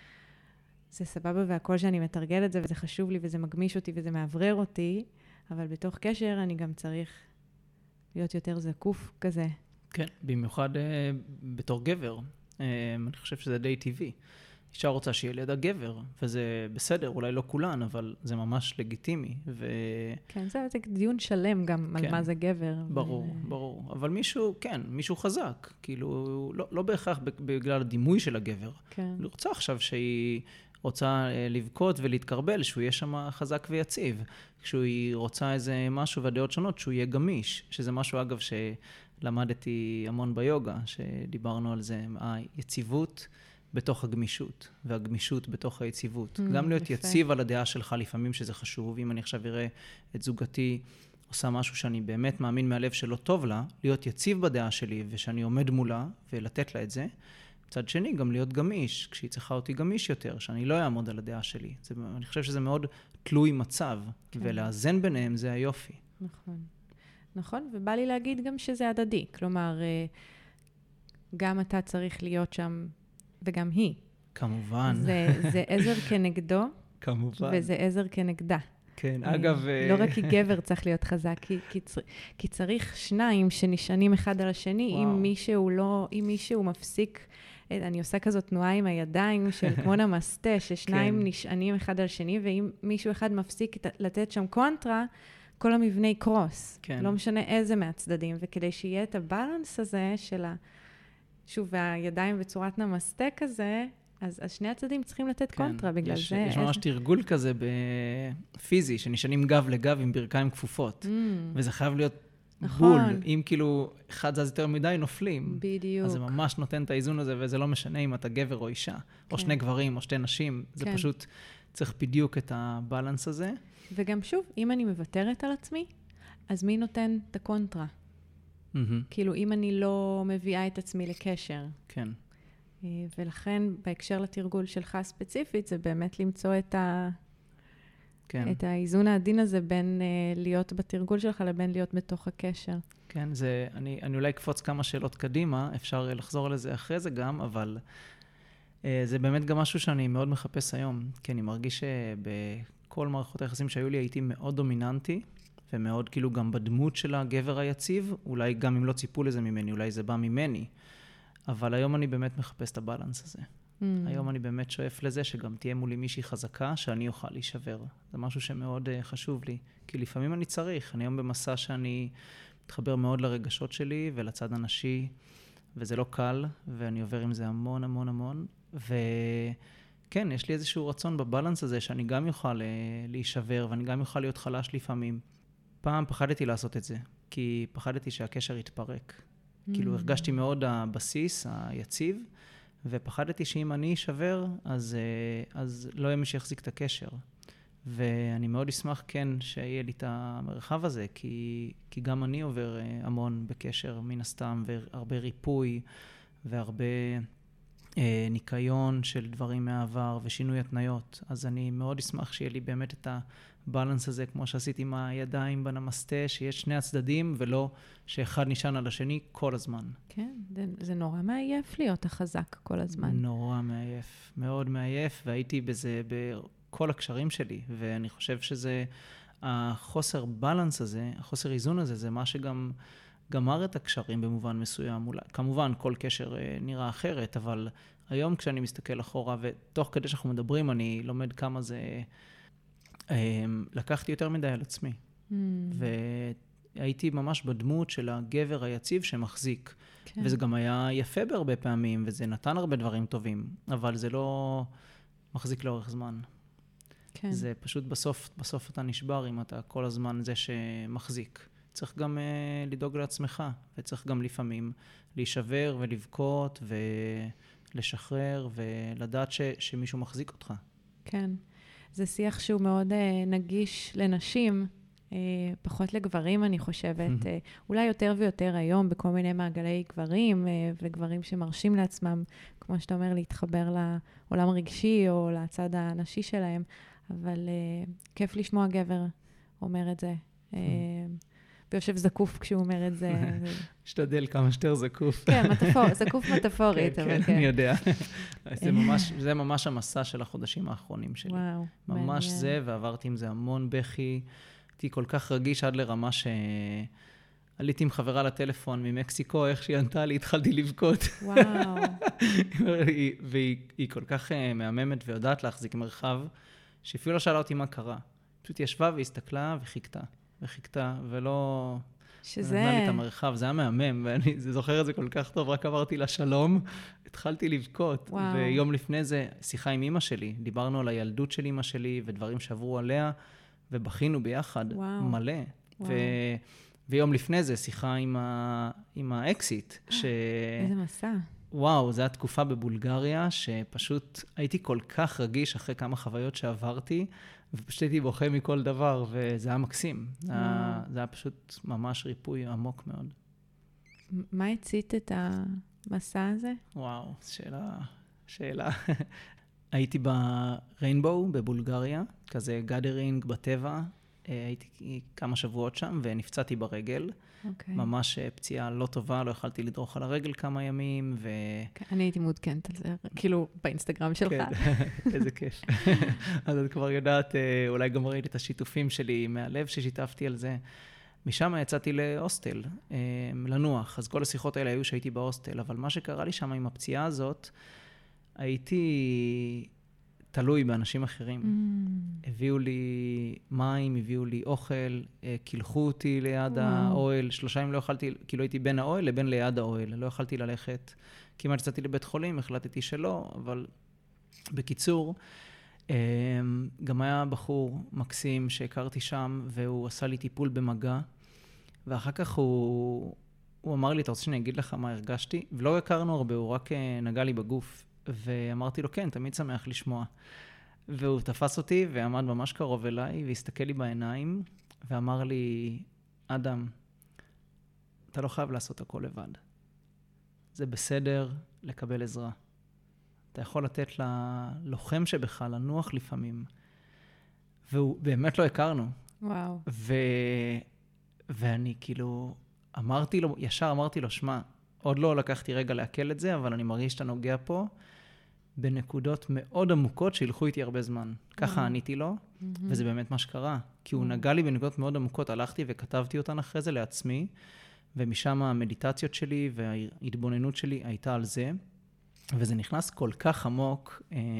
זה סבבה והכל שאני מתרגל את זה, וזה חשוב לי, וזה מגמיש אותי, וזה מעברר אותי, אבל בתוך קשר אני גם צריך להיות יותר זקוף כזה. כן, במיוחד uh, בתור גבר, uh, אני חושב שזה די טבעי. אישה רוצה שיהיה לידה גבר, וזה בסדר, אולי לא כולן, אבל זה ממש לגיטימי. ו... כן, זה, זה דיון שלם גם כן. על מה זה גבר. ברור, ו... ברור. אבל מישהו, כן, מישהו חזק. כאילו, לא, לא בהכרח בגלל הדימוי של הגבר. כן. אני רוצה עכשיו שהיא רוצה לבכות ולהתקרבל, שהוא יהיה שם חזק ויציב. כשהיא רוצה איזה משהו והדעות שונות, שהוא יהיה גמיש. שזה משהו, אגב, שלמדתי המון ביוגה, שדיברנו על זה, היציבות, בתוך הגמישות, והגמישות בתוך היציבות. Mm, גם להיות יפה. יציב על הדעה שלך לפעמים שזה חשוב. אם אני עכשיו אראה את זוגתי עושה משהו שאני באמת מאמין מהלב שלא טוב לה, להיות יציב בדעה שלי ושאני עומד מולה ולתת לה את זה. מצד שני, גם להיות גמיש, כשהיא צריכה אותי גמיש יותר, שאני לא אעמוד על הדעה שלי. זה, אני חושב שזה מאוד תלוי מצב, כן. ולאזן ביניהם זה היופי. נכון. נכון, ובא לי להגיד גם שזה הדדי. כלומר, גם אתה צריך להיות שם וגם היא. כמובן. זה, זה עזר כנגדו, כמובן. וזה עזר כנגדה. כן, אגב... לא רק כי גבר צריך להיות חזק, כי, כי, צר, כי צריך שניים שנשענים אחד על השני, וואו. אם מישהו לא, אם מישהו מפסיק, אני עושה כזאת תנועה עם הידיים של כמו נמסטה, ששניים כן. נשענים אחד על השני, ואם מישהו אחד מפסיק לתת שם קונטרה, כל המבנה יקרוס. כן. לא משנה איזה מהצדדים, וכדי שיהיה את הבלנס הזה של ה... שוב, והידיים בצורת נמסטה כזה, אז, אז שני הצדדים צריכים לתת כן, קונטרה, בגלל יש, זה... יש ממש תרגול כזה בפיזי, שנשענים גב לגב עם ברכיים כפופות. Mm. וזה חייב להיות נכון. בול. אם כאילו אחד זז יותר מדי, נופלים. בדיוק. אז זה ממש נותן את האיזון הזה, וזה לא משנה אם אתה גבר או אישה, כן. או שני גברים או שתי נשים. זה כן. פשוט צריך בדיוק את הבלנס הזה. וגם שוב, אם אני מוותרת על עצמי, אז מי נותן את הקונטרה? Mm-hmm. כאילו, אם אני לא מביאה את עצמי לקשר. כן. ולכן, בהקשר לתרגול שלך ספציפית, זה באמת למצוא את, ה... כן. את האיזון העדין הזה בין uh, להיות בתרגול שלך לבין להיות בתוך הקשר. כן, זה, אני, אני אולי אקפוץ כמה שאלות קדימה, אפשר לחזור לזה אחרי זה גם, אבל uh, זה באמת גם משהו שאני מאוד מחפש היום, כי אני מרגיש שבכל מערכות היחסים שהיו לי הייתי מאוד דומיננטי, ומאוד כאילו גם בדמות של הגבר היציב, אולי גם אם לא ציפו לזה ממני, אולי זה בא ממני. אבל היום אני באמת מחפש את הבלנס הזה. Mm. היום אני באמת שואף לזה שגם תהיה מולי מישהי חזקה שאני אוכל להישבר. זה משהו שמאוד uh, חשוב לי. כי לפעמים אני צריך. אני היום במסע שאני מתחבר מאוד לרגשות שלי ולצד הנשי, וזה לא קל, ואני עובר עם זה המון המון המון. וכן, יש לי איזשהו רצון בבלנס הזה שאני גם יוכל uh, להישבר, ואני גם יוכל להיות חלש לפעמים. פעם פחדתי לעשות את זה, כי פחדתי שהקשר יתפרק. Mm. כאילו הרגשתי מאוד הבסיס, היציב, ופחדתי שאם אני אשבר, אז, אז לא יהיה מי שיחזיק את הקשר. ואני מאוד אשמח כן שיהיה לי את המרחב הזה, כי, כי גם אני עובר המון בקשר מן הסתם, והרבה ריפוי, והרבה אה, ניקיון של דברים מהעבר, ושינוי התניות. אז אני מאוד אשמח שיהיה לי באמת את הבלנס הזה, כמו שעשיתי עם הידיים בנמסטה, שיש שני הצדדים, ולא שאחד נשען על השני כל הזמן. כן, זה, זה נורא מעייף להיות החזק כל הזמן. נורא מעייף, מאוד מעייף, והייתי בזה בכל הקשרים שלי, ואני חושב שזה, החוסר בלנס הזה, החוסר איזון הזה, זה מה שגם גמר את הקשרים במובן מסוים. אולי, כמובן, כל קשר אה, נראה אחרת, אבל היום כשאני מסתכל אחורה, ותוך כדי שאנחנו מדברים, אני לומד כמה זה, אה, לקחתי יותר מדי על עצמי. Mm. והייתי ממש בדמות של הגבר היציב שמחזיק. כן. וזה גם היה יפה בהרבה פעמים, וזה נתן הרבה דברים טובים, אבל זה לא מחזיק לאורך זמן. כן. זה פשוט בסוף, בסוף אתה נשבר אם אתה כל הזמן זה שמחזיק. צריך גם uh, לדאוג לעצמך, וצריך גם לפעמים להישבר ולבכות ולשחרר ולדעת ש, שמישהו מחזיק אותך. כן, זה שיח שהוא מאוד uh, נגיש לנשים, uh, פחות לגברים אני חושבת, uh, אולי יותר ויותר היום בכל מיני מעגלי גברים, uh, וגברים שמרשים לעצמם, כמו שאתה אומר, להתחבר לעולם הרגשי או לצד הנשי שלהם, אבל uh, כיף לשמוע גבר אומר את זה. Uh, ויושב זקוף כשהוא אומר את זה. משתדל כמה שיותר זקוף. כן, מטאפור, זקוף מטאפורית. כן, כן, אני יודע. זה ממש, זה ממש המסע של החודשים האחרונים שלי. וואו, מעניין. ממש זה, ועברתי עם זה המון בכי. הייתי כל כך רגיש עד לרמה שעליתי עם חברה לטלפון ממקסיקו, איך שהיא ענתה לי, התחלתי לבכות. וואו. והיא כל כך מהממת ויודעת להחזיק מרחב, שאפילו לא שאלה אותי מה קרה. פשוט ישבה והסתכלה וחיכתה. וחיכתה, ולא שזה... נתנה לי את המרחב, זה היה מהמם, ואני זוכר את זה כל כך טוב, רק עברתי לשלום, התחלתי לבכות, וואו. ויום לפני זה, שיחה עם אמא שלי, דיברנו על הילדות של אמא שלי, ודברים שעברו עליה, ובכינו ביחד, וואו. מלא. ו... ויום לפני זה, שיחה עם, ה... עם האקסיט, ש... איזה מסע. וואו, זו הייתה תקופה בבולגריה, שפשוט הייתי כל כך רגיש אחרי כמה חוויות שעברתי, ופשוט הייתי בוכה מכל דבר, וזה היה מקסים. זה היה, זה היה פשוט ממש ריפוי עמוק מאוד. מה הצית את המסע הזה? וואו, שאלה, שאלה. הייתי בריינבואו בבולגריה, כזה גאדרינג בטבע, הייתי כמה שבועות שם, ונפצעתי ברגל. Okay. ממש פציעה לא טובה, לא יכלתי לדרוך על הרגל כמה ימים, ו... אני הייתי מעודכנת על זה, כאילו באינסטגרם שלך. כן, איזה כיף. אז את כבר יודעת, אולי גם ראיתי את השיתופים שלי מהלב ששיתפתי על זה. משם יצאתי להוסטל, לנוח, אז כל השיחות האלה היו שהייתי בהוסטל, אבל מה שקרה לי שם עם הפציעה הזאת, הייתי תלוי באנשים אחרים. Mm. הביאו לי מים, הביאו לי אוכל, קילחו אותי ליד wow. האוהל, שלושה ימים לא יכלתי, כאילו הייתי בין האוהל לבין ליד האוהל, לא יכלתי ללכת. כמעט יצאתי לבית חולים, החלטתי שלא, אבל בקיצור, גם היה בחור מקסים שהכרתי שם, והוא עשה לי טיפול במגע, ואחר כך הוא, הוא אמר לי, אתה רוצה שאני אגיד לך מה הרגשתי? ולא הכרנו הרבה, הוא רק נגע לי בגוף. ואמרתי לו, כן, תמיד שמח לשמוע. והוא תפס אותי ועמד ממש קרוב אליי, והסתכל לי בעיניים, ואמר לי, אדם, אתה לא חייב לעשות הכל לבד. זה בסדר לקבל עזרה. אתה יכול לתת ללוחם שבך, לנוח לפעמים. והוא באמת לא הכרנו. וואו. ו... ואני כאילו, אמרתי לו, ישר אמרתי לו, שמה, עוד לא לקחתי רגע להקל את זה, אבל אני מרגיש שאתה נוגע פה בנקודות מאוד עמוקות שילכו איתי הרבה זמן. ככה עניתי לו, וזה באמת מה שקרה. כי הוא נגע לי בנקודות מאוד עמוקות, הלכתי וכתבתי אותן אחרי זה לעצמי, ומשם המדיטציות שלי וההתבוננות שלי הייתה על זה, וזה נכנס כל כך עמוק,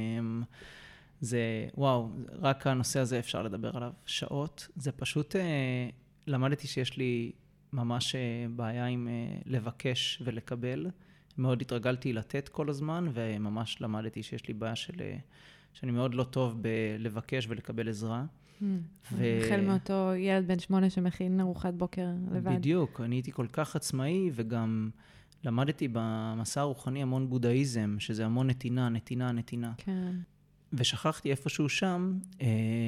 זה, וואו, רק הנושא הזה אפשר לדבר עליו שעות. זה פשוט, למדתי שיש לי ממש בעיה עם לבקש ולקבל. מאוד התרגלתי לתת כל הזמן, וממש למדתי שיש לי בעיה של, שאני מאוד לא טוב בלבקש ולקבל עזרה. החל מאותו ילד בן שמונה שמכין ארוחת בוקר לבד. בדיוק, אני הייתי כל כך עצמאי, וגם למדתי במסע הרוחני המון בודהיזם, שזה המון נתינה, נתינה, נתינה. כן. ושכחתי איפשהו שם אה,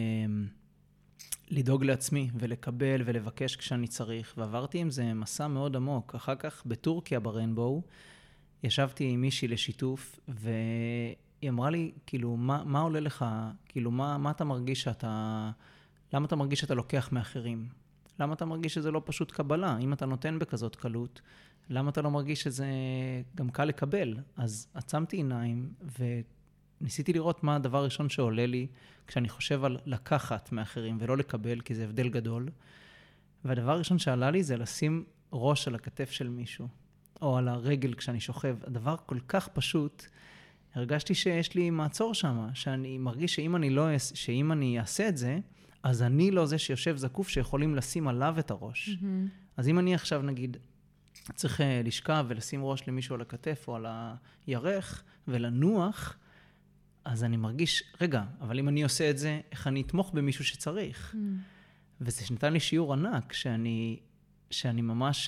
לדאוג לעצמי ולקבל ולבקש כשאני צריך, ועברתי עם זה מסע מאוד עמוק. אחר כך בטורקיה בריינבואו, ישבתי עם מישהי לשיתוף, והיא אמרה לי, כאילו, מה, מה עולה לך? כאילו, מה, מה אתה מרגיש שאתה, למה אתה מרגיש שאתה לוקח מאחרים? למה אתה מרגיש שזה לא פשוט קבלה? אם אתה נותן בכזאת קלות, למה אתה לא מרגיש שזה גם קל לקבל? אז עצמתי עיניים וניסיתי לראות מה הדבר הראשון שעולה לי כשאני חושב על לקחת מאחרים ולא לקבל, כי זה הבדל גדול. והדבר הראשון שעלה לי זה לשים ראש על הכתף של מישהו, או על הרגל כשאני שוכב. הדבר כל כך פשוט, הרגשתי שיש לי מעצור שם, שאני מרגיש שאם אני, לא, שאם אני אעשה את זה, אז אני לא זה שיושב זקוף שיכולים לשים עליו את הראש. Mm-hmm. אז אם אני עכשיו נגיד, צריך לשכב ולשים ראש למישהו על הכתף או על הירך ולנוח, אז אני מרגיש, רגע, אבל אם אני עושה את זה, איך אני אתמוך במישהו שצריך? Mm. וזה נתן לי שיעור ענק, שאני, שאני ממש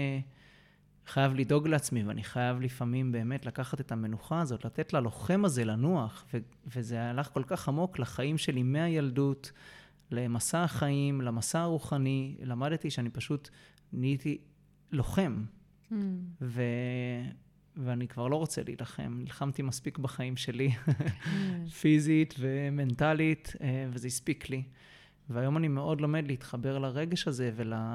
חייב לדאוג לעצמי, ואני חייב לפעמים באמת לקחת את המנוחה הזאת, לתת ללוחם הזה לנוח, ו- וזה הלך כל כך עמוק לחיים שלי מהילדות, למסע החיים, למסע הרוחני. למדתי שאני פשוט נהייתי לוחם, mm. ו... ואני כבר לא רוצה להילחם. נלחמתי מספיק בחיים שלי, פיזית ומנטלית, וזה הספיק לי. והיום אני מאוד לומד להתחבר לרגש הזה,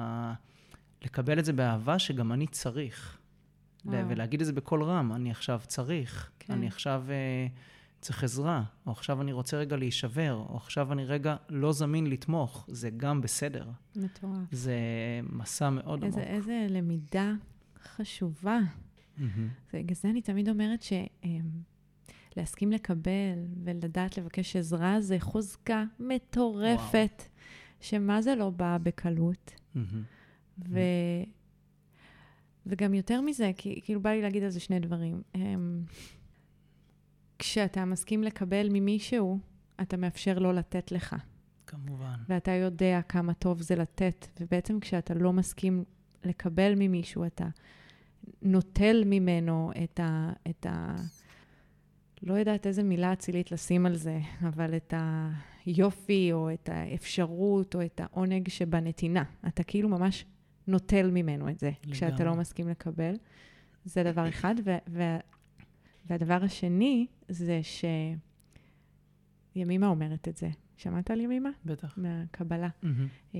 ולקבל את זה באהבה שגם אני צריך. וואו. ולהגיד את זה בכל רם, אני עכשיו צריך, כן. אני עכשיו צריך עזרה, או עכשיו אני רוצה רגע להישבר, או עכשיו אני רגע לא זמין לתמוך, זה גם בסדר. מטורף. זה מסע מאוד איזה, עמוק. איזה למידה חשובה. בגלל זה אני תמיד אומרת שלהסכים לקבל ולדעת לבקש עזרה זה חוזקה מטורפת, שמה זה לא בא בקלות. ו... וגם יותר מזה, כי, כאילו בא לי להגיד על זה שני דברים. כשאתה מסכים לקבל ממישהו, אתה מאפשר לו לתת לך. כמובן. ואתה יודע כמה טוב זה לתת, ובעצם כשאתה לא מסכים לקבל ממישהו, אתה נוטל ממנו את ה... את ה... לא יודעת איזה מילה אצילית לשים על זה, אבל את היופי, או את האפשרות, או את העונג שבנתינה. אתה כאילו ממש נוטל ממנו את זה, לגמרי. כשאתה לא מסכים לקבל. זה דבר אחד. ו... ו... והדבר השני, זה ש... ימימה אומרת את זה. שמעת על ימימה? בטח. מהקבלה. Mm-hmm.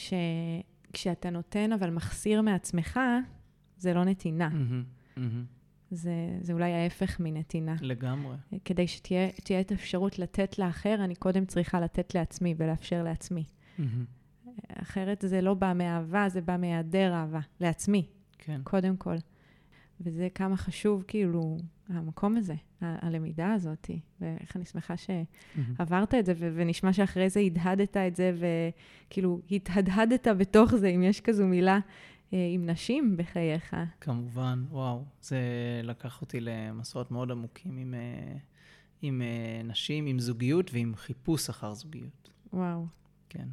שכשאתה נותן, אבל מחסיר מעצמך, זה לא נתינה. Mm-hmm. Mm-hmm. זה, זה אולי ההפך מנתינה. לגמרי. כדי שתהיה תהיה את האפשרות לתת לאחר, אני קודם צריכה לתת לעצמי ולאפשר לעצמי. Mm-hmm. אחרת זה לא בא מאהבה, זה בא מהיעדר אהבה. לעצמי. כן. קודם כל. וזה כמה חשוב, כאילו, המקום הזה, ה- הלמידה הזאת. ואיך אני שמחה שעברת את זה, ו- ונשמע שאחרי זה הדהדת את זה, וכאילו, התהדהדת בתוך זה, אם יש כזו מילה, עם נשים בחייך. כמובן, וואו. זה לקח אותי למסעות מאוד עמוקים עם, עם נשים, עם זוגיות ועם חיפוש אחר זוגיות. וואו. כן.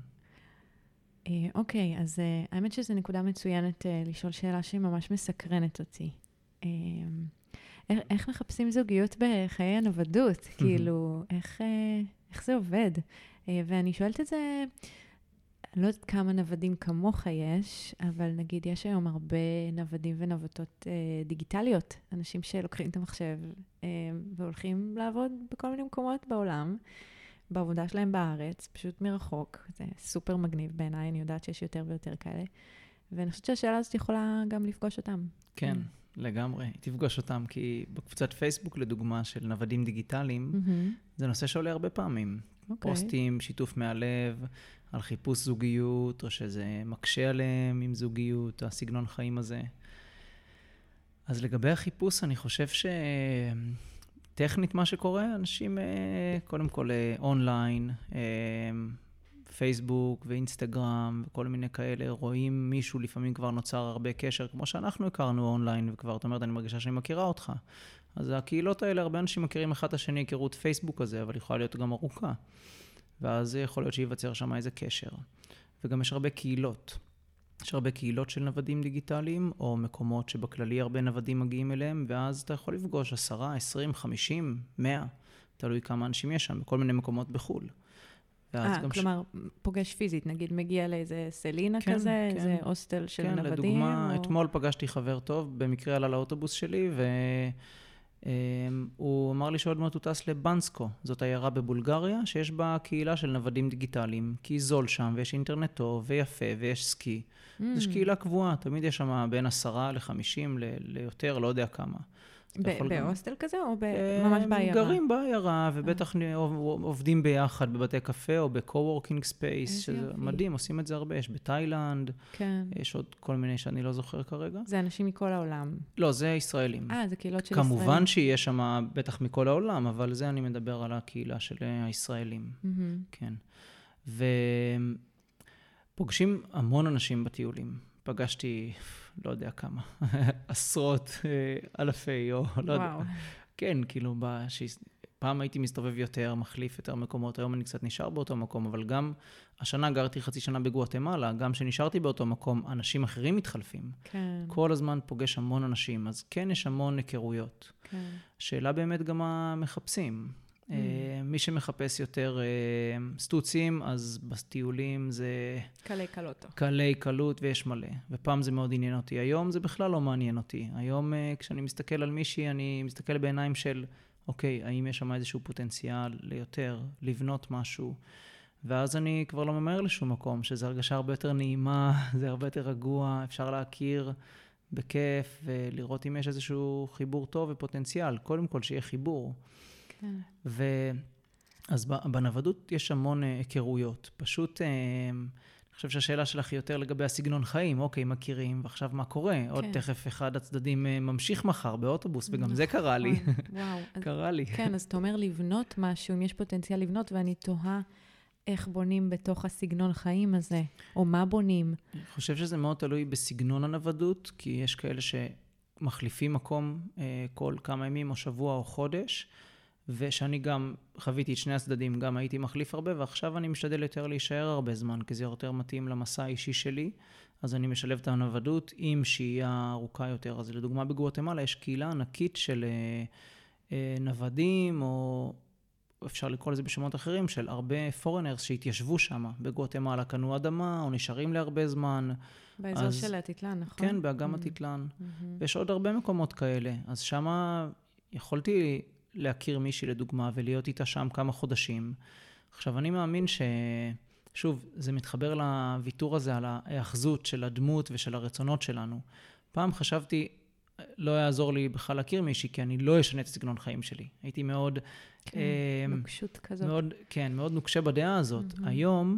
אוקיי, אז האמת שזו נקודה מצוינת לשאול שאלה שממש מסקרנת אותי. איך, איך מחפשים זוגיות בחיי הנוודות? כאילו, איך, איך זה עובד? ואני שואלת את זה... אני לא יודעת כמה נוודים כמוך יש, אבל נגיד יש היום הרבה נוודים ונוודות אה, דיגיטליות. אנשים שלוקחים את המחשב אה, והולכים לעבוד בכל מיני מקומות בעולם, בעבודה שלהם בארץ, פשוט מרחוק. זה סופר מגניב בעיניי, אני יודעת שיש יותר ויותר כאלה. ואני חושבת שהשאלה הזאת יכולה גם לפגוש אותם. כן, mm. לגמרי. תפגוש אותם, כי בקבוצת פייסבוק, לדוגמה, של נוודים דיגיטליים, mm-hmm. זה נושא שעולה הרבה פעמים. Okay. פוסטים, שיתוף מהלב, על חיפוש זוגיות, או שזה מקשה עליהם עם זוגיות, הסגנון חיים הזה. אז לגבי החיפוש, אני חושב שטכנית מה שקורה, אנשים קודם כל אונליין, פייסבוק ואינסטגרם וכל מיני כאלה, רואים מישהו, לפעמים כבר נוצר הרבה קשר, כמו שאנחנו הכרנו אונליין, וכבר, את אומרת, אני מרגישה שאני מכירה אותך. אז הקהילות האלה, הרבה אנשים מכירים אחד את השני, הכירות פייסבוק הזה, אבל יכולה להיות גם ארוכה. ואז יכול להיות שיווצר שם איזה קשר. וגם יש הרבה קהילות. יש הרבה קהילות של נוודים דיגיטליים, או מקומות שבכללי הרבה נוודים מגיעים אליהם, ואז אתה יכול לפגוש עשרה, עשרים, חמישים, מאה. תלוי כמה אנשים יש שם, בכל מיני מקומות בחול. אה, כלומר, ש... פוגש פיזית, נגיד מגיע לאיזה סלינה כן, כזה, כן. איזה הוסטל של כן, נוודים? כן, לדוגמה, או... אתמול פגשתי חבר טוב, במקרה עלה לאוטובוס שלי, והוא אמר לי שעוד מעט הוא טס לבנסקו, זאת עיירה בבולגריה, שיש בה קהילה של נוודים דיגיטליים, כי זול שם, ויש אינטרנט טוב, ויפה, ויש סקי. Mm. זו קהילה קבועה, תמיד יש שם בין עשרה לחמישים ליותר, לא יודע כמה. בהוסטל כזה או ממש בעיירה? גרים בעיירה, ובטח עובדים ביחד בבתי קפה או בקו-וורקינג ספייס, שזה מדהים, עושים את זה הרבה. יש בתאילנד, יש עוד כל מיני שאני לא זוכר כרגע. זה אנשים מכל העולם? לא, זה ישראלים. אה, זה קהילות של ישראלים. כמובן שיש שם בטח מכל העולם, אבל זה אני מדבר על הקהילה של הישראלים. כן. ופוגשים המון אנשים בטיולים. פגשתי, לא יודע כמה, עשרות, אלפי, או לא יודע. כן, כאילו, פעם הייתי מסתובב יותר, מחליף יותר מקומות, היום אני קצת נשאר באותו מקום, אבל גם השנה גרתי חצי שנה בגואטמלה, גם שנשארתי באותו מקום, אנשים אחרים מתחלפים. כן. כל הזמן פוגש המון אנשים, אז כן יש המון היכרויות. כן. שאלה באמת גם מה מחפשים. Mm. מי שמחפש יותר סטוצים, אז בטיולים זה... קלי קלות. קלי קלות ויש מלא. ופעם זה מאוד עניין אותי. היום זה בכלל לא מעניין אותי. היום כשאני מסתכל על מישהי, אני מסתכל בעיניים של, אוקיי, האם יש שם איזשהו פוטנציאל ליותר, לבנות משהו. ואז אני כבר לא ממהר לשום מקום, שזו הרגשה הרבה יותר נעימה, זה הרבה יותר רגוע, אפשר להכיר בכיף ולראות אם יש איזשהו חיבור טוב ופוטנציאל. קודם כל שיהיה חיבור. כן. ו... אז בנוודות יש המון היכרויות. פשוט, אני חושב שהשאלה שלך היא יותר לגבי הסגנון חיים. אוקיי, מכירים, ועכשיו מה קורה? כן. עוד תכף אחד הצדדים ממשיך מחר באוטובוס, וגם נכון. זה קרה לי. וואו. קרה לי. כן, אז אתה אומר לבנות משהו, אם יש פוטנציאל לבנות, ואני תוהה איך בונים בתוך הסגנון חיים הזה, או מה בונים. אני חושב שזה מאוד תלוי בסגנון הנוודות, כי יש כאלה שמחליפים מקום כל כמה ימים, או שבוע, או חודש, ושאני גם חוויתי את שני הצדדים, גם הייתי מחליף הרבה, ועכשיו אני משתדל יותר להישאר הרבה זמן, כי זה יותר מתאים למסע האישי שלי, אז אני משלב את הנוודות עם שהייה ארוכה יותר. אז לדוגמה בגואטמלה יש קהילה ענקית של אה, אה, נוודים, או אפשר לקרוא לזה בשמות אחרים, של הרבה פורנרס שהתיישבו שם בגואטמלה, קנו אדמה, או נשארים להרבה זמן. באזור אז, של הטיטלן, נכון? כן, באגם mm-hmm. הטיטלן. Mm-hmm. ויש עוד הרבה מקומות כאלה. אז שמה יכולתי להכיר מישהי לדוגמה ולהיות איתה שם כמה חודשים. עכשיו אני מאמין ש... שוב, זה מתחבר לוויתור הזה על ההאחזות של הדמות ושל הרצונות שלנו. פעם חשבתי, לא יעזור לי בכלל להכיר מישהי, כי אני לא אשנה את סגנון חיים שלי. הייתי מאוד... כן, אה, נוקשות כזאת. מאוד, כן, מאוד נוקשה בדעה הזאת. Mm-hmm. היום,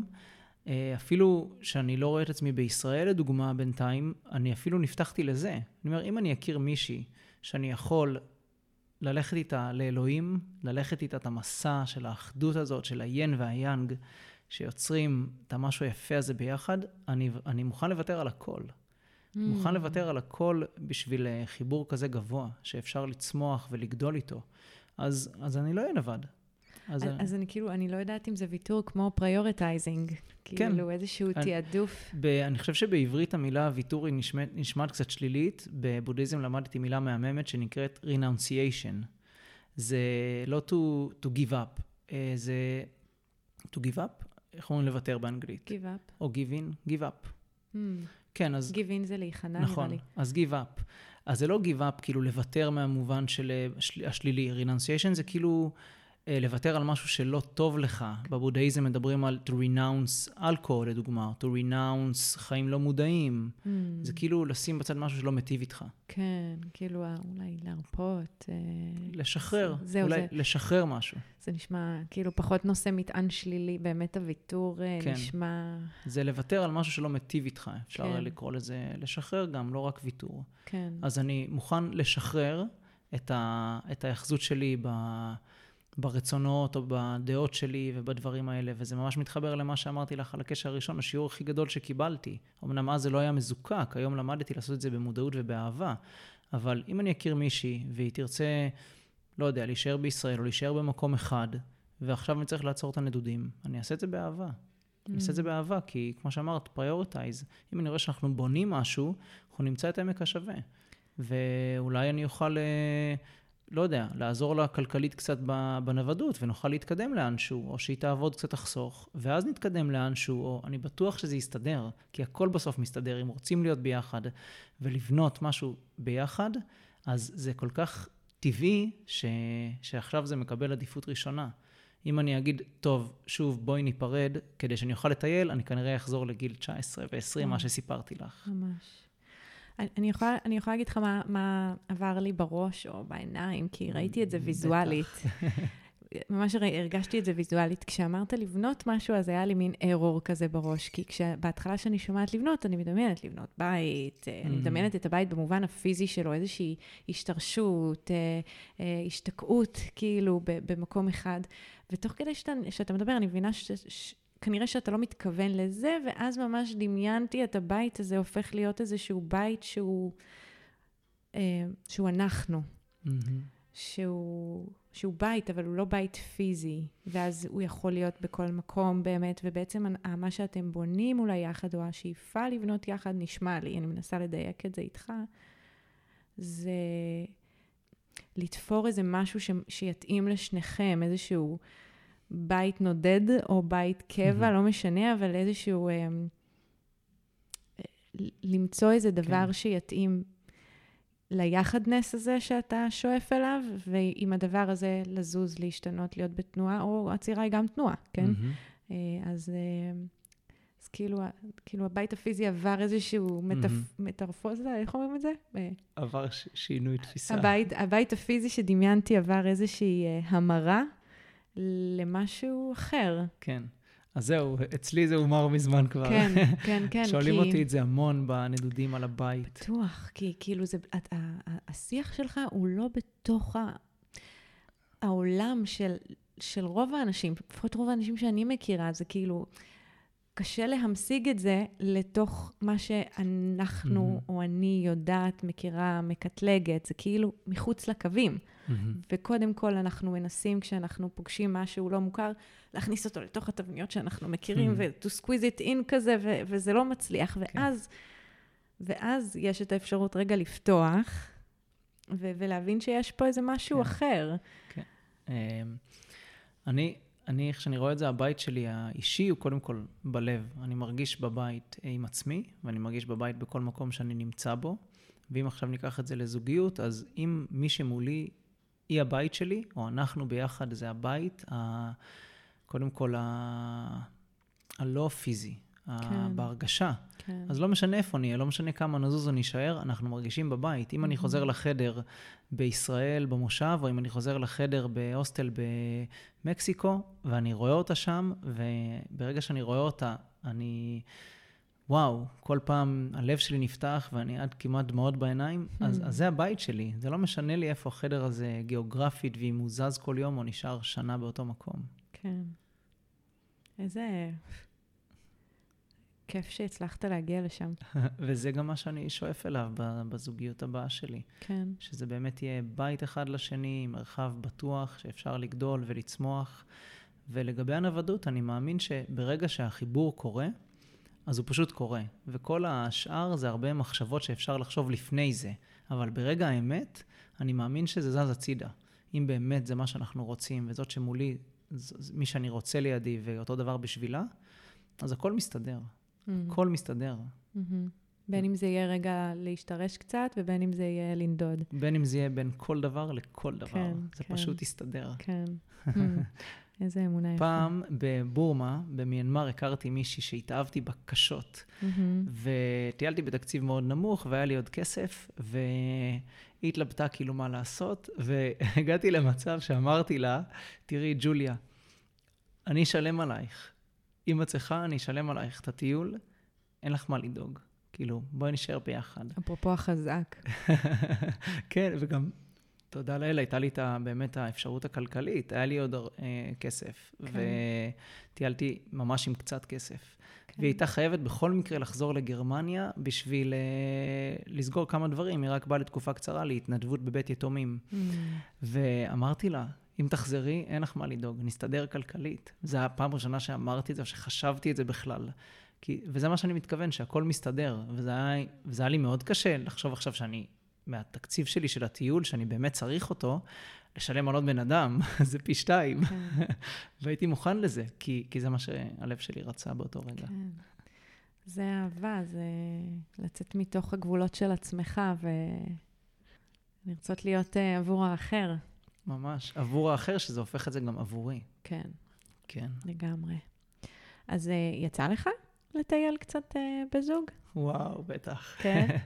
אפילו שאני לא רואה את עצמי בישראל לדוגמה בינתיים, אני אפילו נפתחתי לזה. אני אומר, אם אני אכיר מישהי שאני יכול... ללכת איתה לאלוהים, ללכת איתה את המסע של האחדות הזאת, של היין והיאנג, שיוצרים את המשהו היפה הזה ביחד, אני, אני מוכן לוותר על הכל. Mm. מוכן לוותר על הכל בשביל חיבור כזה גבוה, שאפשר לצמוח ולגדול איתו. אז, אז אני לא אהיה נבד. אז, אז, אז אני כאילו, אני לא יודעת אם זה ויתור כמו פריוריטייזינג, כן. כאילו איזשהו אני, תיעדוף. ב, אני חושב שבעברית המילה ויתור היא נשמעת, נשמעת קצת שלילית. בבודהיזם למדתי מילה מהממת שנקראת renunciation. זה לא to, to give up, זה to give up, איך אומרים לוותר באנגלית? give up. או give in, give up. Hmm. כן, אז... give in זה להיכנע, נכון, נראה לי. אז give up. אז זה לא give up, כאילו לוותר מהמובן של השלילי. renunciation זה כאילו... לוותר על משהו שלא טוב לך. בבודהיזם מדברים על to renounce אלכוהול, לדוגמה, to renounce חיים לא מודעים. Mm. זה כאילו לשים בצד משהו שלא מטיב איתך. כן, כאילו אולי להרפות. לשחרר, זה, אולי זה, לשחרר משהו. זה נשמע כאילו פחות נושא מטען שלילי, באמת הוויתור כן. נשמע... זה לוותר על משהו שלא מטיב איתך. אפשר כן. לקרוא לזה לשחרר גם, לא רק ויתור. כן. אז אני מוכן לשחרר את, ה, את ההאחזות שלי ב... ברצונות או בדעות שלי ובדברים האלה, וזה ממש מתחבר למה שאמרתי לך על הקשר הראשון, השיעור הכי גדול שקיבלתי. אמנם אז זה לא היה מזוקק, היום למדתי לעשות את זה במודעות ובאהבה, אבל אם אני אכיר מישהי והיא תרצה, לא יודע, להישאר בישראל או להישאר במקום אחד, ועכשיו אני צריך לעצור את הנדודים, אני אעשה את זה באהבה. Mm. אני אעשה את זה באהבה, כי כמו שאמרת, prioritize. אם אני רואה שאנחנו בונים משהו, אנחנו נמצא את העמק השווה. ואולי אני אוכל... לא יודע, לעזור לה כלכלית קצת בנוודות, ונוכל להתקדם לאנשהו, או שהיא תעבוד קצת תחסוך, ואז נתקדם לאנשהו, או אני בטוח שזה יסתדר, כי הכל בסוף מסתדר, אם רוצים להיות ביחד, ולבנות משהו ביחד, אז זה כל כך טבעי, ש... שעכשיו זה מקבל עדיפות ראשונה. אם אני אגיד, טוב, שוב, בואי ניפרד, כדי שאני אוכל לטייל, אני כנראה אחזור לגיל תשע עשרה ו-עשרים, מה שסיפרתי לך. ממש. אני יכולה, אני יכולה להגיד לך מה, מה עבר לי בראש או בעיניים, כי ראיתי את זה ויזואלית. ממש הרגשתי את זה ויזואלית. כשאמרת לבנות משהו, אז היה לי מין ארור כזה בראש, כי בהתחלה שאני שומעת לבנות, אני מדמיינת לבנות בית, אני מדמיינת את הבית במובן הפיזי שלו, איזושהי השתרשות, השתקעות, כאילו, במקום אחד. ותוך כדי שאתה, שאתה מדבר, אני מבינה ש... כנראה שאתה לא מתכוון לזה, ואז ממש דמיינתי את הבית הזה הופך להיות איזשהו בית שהוא, אה, שהוא אנחנו. Mm-hmm. שהוא, שהוא בית, אבל הוא לא בית פיזי, ואז הוא יכול להיות בכל מקום באמת, ובעצם מה שאתם בונים אולי יחד, או השאיפה לבנות יחד, נשמע לי, אני מנסה לדייק את זה איתך, זה לתפור איזה משהו ש, שיתאים לשניכם, איזשהו בית נודד או בית קבע, mm-hmm. לא משנה, אבל איזשהו, אה, למצוא איזה דבר כן. שיתאים ליחדנס הזה שאתה שואף אליו, ועם הדבר הזה לזוז, להשתנות, להיות בתנועה, או הצירה היא גם תנועה, כן? Mm-hmm. אז, אז כאילו, כאילו הבית הפיזי עבר איזשהו מטפ, mm-hmm. מטרפוזה, איך אומרים את זה? עבר ש- שינוי תפיסה. הבית, הבית הפיזי שדמיינתי עבר איזושהי המרה למשהו אחר. כן. אז זהו, אצלי זה אומר מזמן כבר. כן, כן, כן. שואלים כי... אותי את זה המון בנדודים על הבית. בטוח, כי כאילו זה, את, השיח שלך הוא לא בתוך ה... העולם של, של רוב האנשים, לפחות רוב האנשים שאני מכירה, זה כאילו, קשה להמשיג את זה לתוך מה שאנחנו, mm-hmm. או אני יודעת, מכירה, מקטלגת, זה כאילו מחוץ לקווים. Mm-hmm. וקודם כל אנחנו מנסים, כשאנחנו פוגשים משהו לא מוכר, להכניס אותו לתוך התבניות שאנחנו מכירים, mm-hmm. ו-to squeeze it in כזה, ו- וזה לא מצליח. Okay. ואז, ואז יש את האפשרות רגע לפתוח, ו- ולהבין שיש פה איזה משהו okay. אחר. כן. Okay. Um, אני... אני, איך שאני רואה את זה, הבית שלי האישי הוא קודם כל בלב. אני מרגיש בבית עם עצמי, ואני מרגיש בבית בכל מקום שאני נמצא בו. ואם עכשיו ניקח את זה לזוגיות, אז אם מי שמולי היא הבית שלי, או אנחנו ביחד זה הבית, ה... קודם כל ה... הלא פיזי, כן. בהרגשה. כן. אז לא משנה איפה נהיה, לא משנה כמה נזוז או נשאר, אנחנו מרגישים בבית. אם אני חוזר לחדר בישראל, במושב, או אם אני חוזר לחדר בהוסטל במקסיקו, ואני רואה אותה שם, וברגע שאני רואה אותה, אני, וואו, כל פעם הלב שלי נפתח, ואני עד כמעט דמעות בעיניים, אז, אז זה הבית שלי. זה לא משנה לי איפה החדר הזה גיאוגרפית, ואם הוא זז כל יום, או נשאר שנה באותו מקום. כן. איזה... כיף שהצלחת להגיע לשם. וזה גם מה שאני שואף אליו בזוגיות הבאה שלי. כן. שזה באמת יהיה בית אחד לשני, מרחב בטוח, שאפשר לגדול ולצמוח. ולגבי הנוודות, אני מאמין שברגע שהחיבור קורה, אז הוא פשוט קורה. וכל השאר זה הרבה מחשבות שאפשר לחשוב לפני זה. אבל ברגע האמת, אני מאמין שזה זז הצידה. אם באמת זה מה שאנחנו רוצים, וזאת שמולי, מי שאני רוצה לידי, ואותו דבר בשבילה, אז הכל מסתדר. הכל מסתדר. בין אם זה יהיה רגע להשתרש קצת, ובין אם זה יהיה לנדוד. בין אם זה יהיה בין כל דבר לכל דבר. זה פשוט יסתדר. כן. איזה אמונה יפה. פעם בבורמה, במיינמר, הכרתי מישהי שהתאהבתי בקשות. וטיילתי בתקציב מאוד נמוך, והיה לי עוד כסף, והיא התלבטה כאילו מה לעשות, והגעתי למצב שאמרתי לה, תראי, ג'וליה, אני אשלם עלייך. אם את צריכה, אני אשלם עלייך את הטיול, אין לך מה לדאוג. כאילו, בואי נשאר ביחד. אפרופו החזק. כן, וגם, תודה לאל, הייתה לי את, באמת האפשרות הכלכלית, היה לי עוד אה, כסף, כן. וטיילתי ממש עם קצת כסף. כן. והיא הייתה חייבת בכל מקרה לחזור לגרמניה, בשביל אה, לסגור כמה דברים, היא רק באה לתקופה קצרה, להתנדבות בבית יתומים. Mm. ואמרתי לה, אם תחזרי, אין לך מה לדאוג, נסתדר כלכלית. זו הפעם הראשונה שאמרתי את זה, שחשבתי את זה בכלל. כי, וזה מה שאני מתכוון, שהכל מסתדר. וזה היה, וזה היה לי מאוד קשה לחשוב עכשיו שאני מהתקציב שלי של הטיול, שאני באמת צריך אותו, לשלם על עוד בן אדם, זה פי שתיים. כן. והייתי מוכן לזה, כי, כי זה מה שהלב שלי רצה באותו רגע. כן. זה אהבה, זה לצאת מתוך הגבולות של עצמך, ולרצות להיות uh, עבור האחר. ממש, עבור האחר, שזה הופך את זה גם עבורי. כן. כן. לגמרי. אז uh, יצא לך לטייל קצת uh, בזוג? וואו, בטח. כן?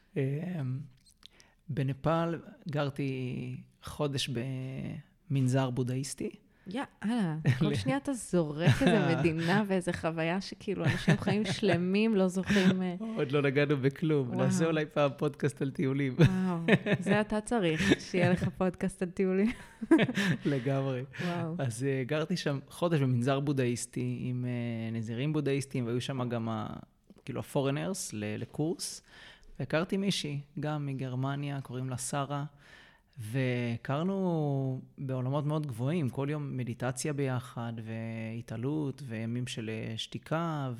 בנפאל גרתי חודש במנזר בודהיסטי. יאללה, כל שנייה אתה זורק איזה מדינה ואיזה חוויה שכאילו אנשים חיים שלמים לא זוכים... עוד לא נגענו בכלום. נעשה אולי פעם פודקאסט על טיולים. וואו, זה אתה צריך, שיהיה לך פודקאסט על טיולים. לגמרי. וואו. אז גרתי שם חודש במנזר בודהיסטי עם נזירים בודהיסטים, והיו שם גם כאילו הפורנרס לקורס. והכרתי מישהי, גם מגרמניה, קוראים לה שרה. והכרנו בעולמות מאוד גבוהים, כל יום מדיטציה ביחד, והתעלות, וימים של שתיקה,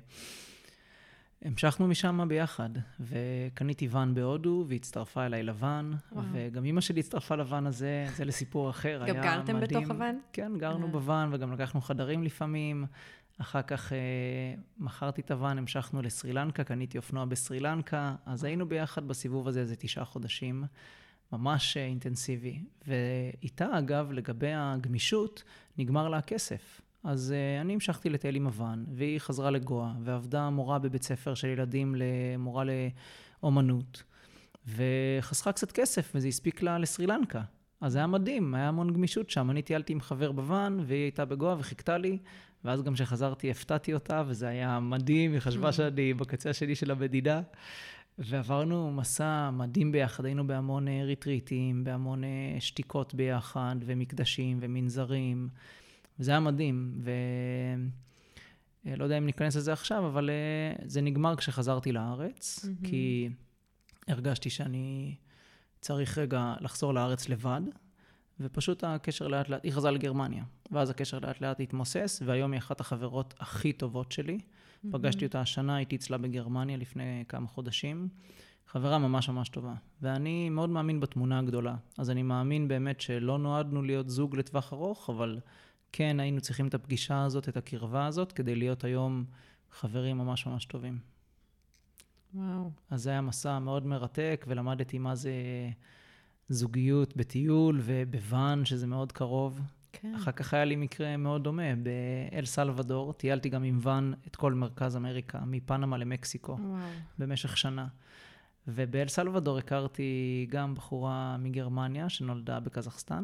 והמשכנו משם ביחד. וקניתי ואן בהודו, והצטרפה אליי לוואן, וואו. וגם אמא שלי הצטרפה לוואן הזה, זה לסיפור אחר. גם גרתם מדהים. בתוך הוואן? כן, גרנו בוואן, וגם לקחנו חדרים לפעמים. אחר כך אה, מכרתי את הוואן, המשכנו לסרילנקה, קניתי אופנוע בסרילנקה, אז היינו ביחד בסיבוב הזה איזה תשעה חודשים. ממש אינטנסיבי. ואיתה, אגב, לגבי הגמישות, נגמר לה הכסף. אז uh, אני המשכתי לטייל עם הוואן, והיא חזרה לגואה, ועבדה מורה בבית ספר של ילדים, למורה לאומנות, וחסכה קצת כסף, וזה הספיק לה לסרילנקה. אז זה היה מדהים, היה המון גמישות שם. אני טיילתי עם חבר בוואן, והיא הייתה בגואה וחיכתה לי, ואז גם כשחזרתי, הפתעתי אותה, וזה היה מדהים, היא חשבה שאני בקצה השני של המדינה. ועברנו מסע מדהים ביחד, היינו בהמון ריטריטים, בהמון שתיקות ביחד, ומקדשים ומנזרים, וזה היה מדהים, ולא יודע אם ניכנס לזה עכשיו, אבל זה נגמר כשחזרתי לארץ, mm-hmm. כי הרגשתי שאני צריך רגע לחזור לארץ לבד, ופשוט הקשר לאט לאט, היא חזרה לגרמניה, ואז הקשר לאט לאט התמוסס, והיום היא אחת החברות הכי טובות שלי, Mm-hmm. פגשתי אותה השנה, הייתי אצלה בגרמניה לפני כמה חודשים. חברה ממש ממש טובה. ואני מאוד מאמין בתמונה הגדולה. אז אני מאמין באמת שלא נועדנו להיות זוג לטווח ארוך, אבל כן היינו צריכים את הפגישה הזאת, את הקרבה הזאת, כדי להיות היום חברים ממש ממש טובים. וואו. אז זה היה מסע מאוד מרתק, ולמדתי מה זה זוגיות בטיול ובוואן, שזה מאוד קרוב. כן. אחר כך היה לי מקרה מאוד דומה, באל סלוודור, טיילתי גם עם ואן את כל מרכז אמריקה, מפנמה למקסיקו, וואו. במשך שנה. ובאל סלוודור הכרתי גם בחורה מגרמניה, שנולדה בקזחסטן,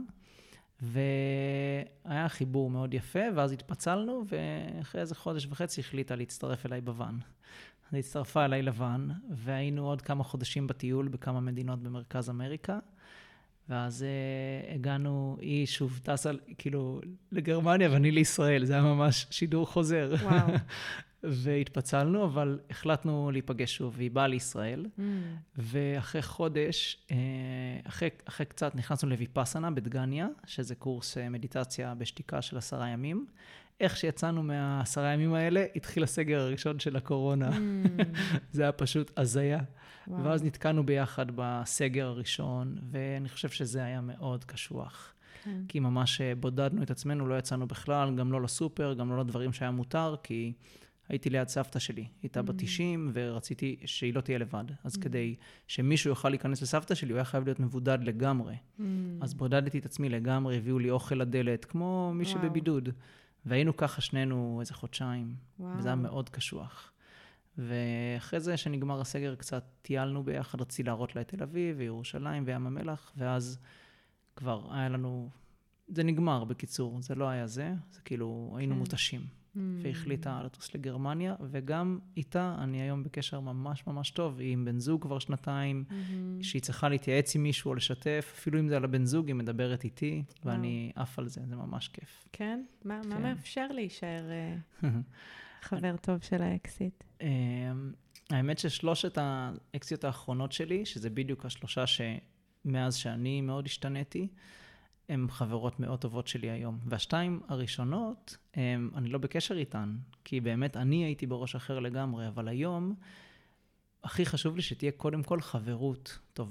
והיה חיבור מאוד יפה, ואז התפצלנו, ואחרי איזה חודש וחצי החליטה להצטרף אליי בוואן. היא הצטרפה אליי לוואן, והיינו עוד כמה חודשים בטיול בכמה מדינות במרכז אמריקה, ואז uh, הגענו, היא שוב טסה כאילו לגרמניה ואני לישראל, זה היה ממש שידור חוזר. וואו. והתפצלנו, אבל החלטנו להיפגש שוב, והיא באה לישראל, mm. ואחרי חודש, אחרי, אחרי קצת נכנסנו לויפאסנה בדגניה, שזה קורס מדיטציה בשתיקה של עשרה ימים. איך שיצאנו מהעשרה ימים האלה, התחיל הסגר הראשון של הקורונה. Mm. זה היה פשוט הזיה. וואו. ואז נתקענו ביחד בסגר הראשון, ואני חושב שזה היה מאוד קשוח. כן. כי ממש בודדנו את עצמנו, לא יצאנו בכלל, גם לא לסופר, גם לא לדברים שהיה מותר, כי הייתי ליד סבתא שלי, הייתה mm. ב-תשעים, ורציתי שהיא לא תהיה לבד. אז mm. כדי שמישהו יוכל להיכנס לסבתא שלי, הוא היה חייב להיות מבודד לגמרי. Mm. אז בודדתי את עצמי לגמרי, הביאו לי אוכל לדלת, כמו מי וואו. שבבידוד. והיינו ככה שנינו איזה חודשיים, וואו. וזה היה מאוד קשוח. ואחרי זה שנגמר הסגר קצת טיילנו ביחד, רציתי להראות לה את תל אביב וירושלים וים המלח, ואז כבר היה לנו, זה נגמר בקיצור, זה לא היה זה, זה כאילו היינו כן. מותשים. Mm. והחליטה לטוס לגרמניה, וגם איתה אני היום בקשר ממש ממש טוב, היא עם בן זוג כבר שנתיים, mm-hmm. שהיא צריכה להתייעץ עם מישהו או לשתף, אפילו אם זה על הבן זוג, היא מדברת איתי, wow. ואני עף על זה, זה ממש כיף. כן? מה, כן. מה מאפשר להישאר חבר טוב של האקסיט? האמת ששלושת האקסיות האחרונות שלי, שזה בדיוק השלושה שמאז שאני מאוד השתניתי, הן חברות מאוד טובות שלי היום. והשתיים הראשונות, הם, אני לא בקשר איתן, כי באמת אני הייתי בראש אחר לגמרי, אבל היום הכי חשוב לי שתהיה קודם כל חברות טובה,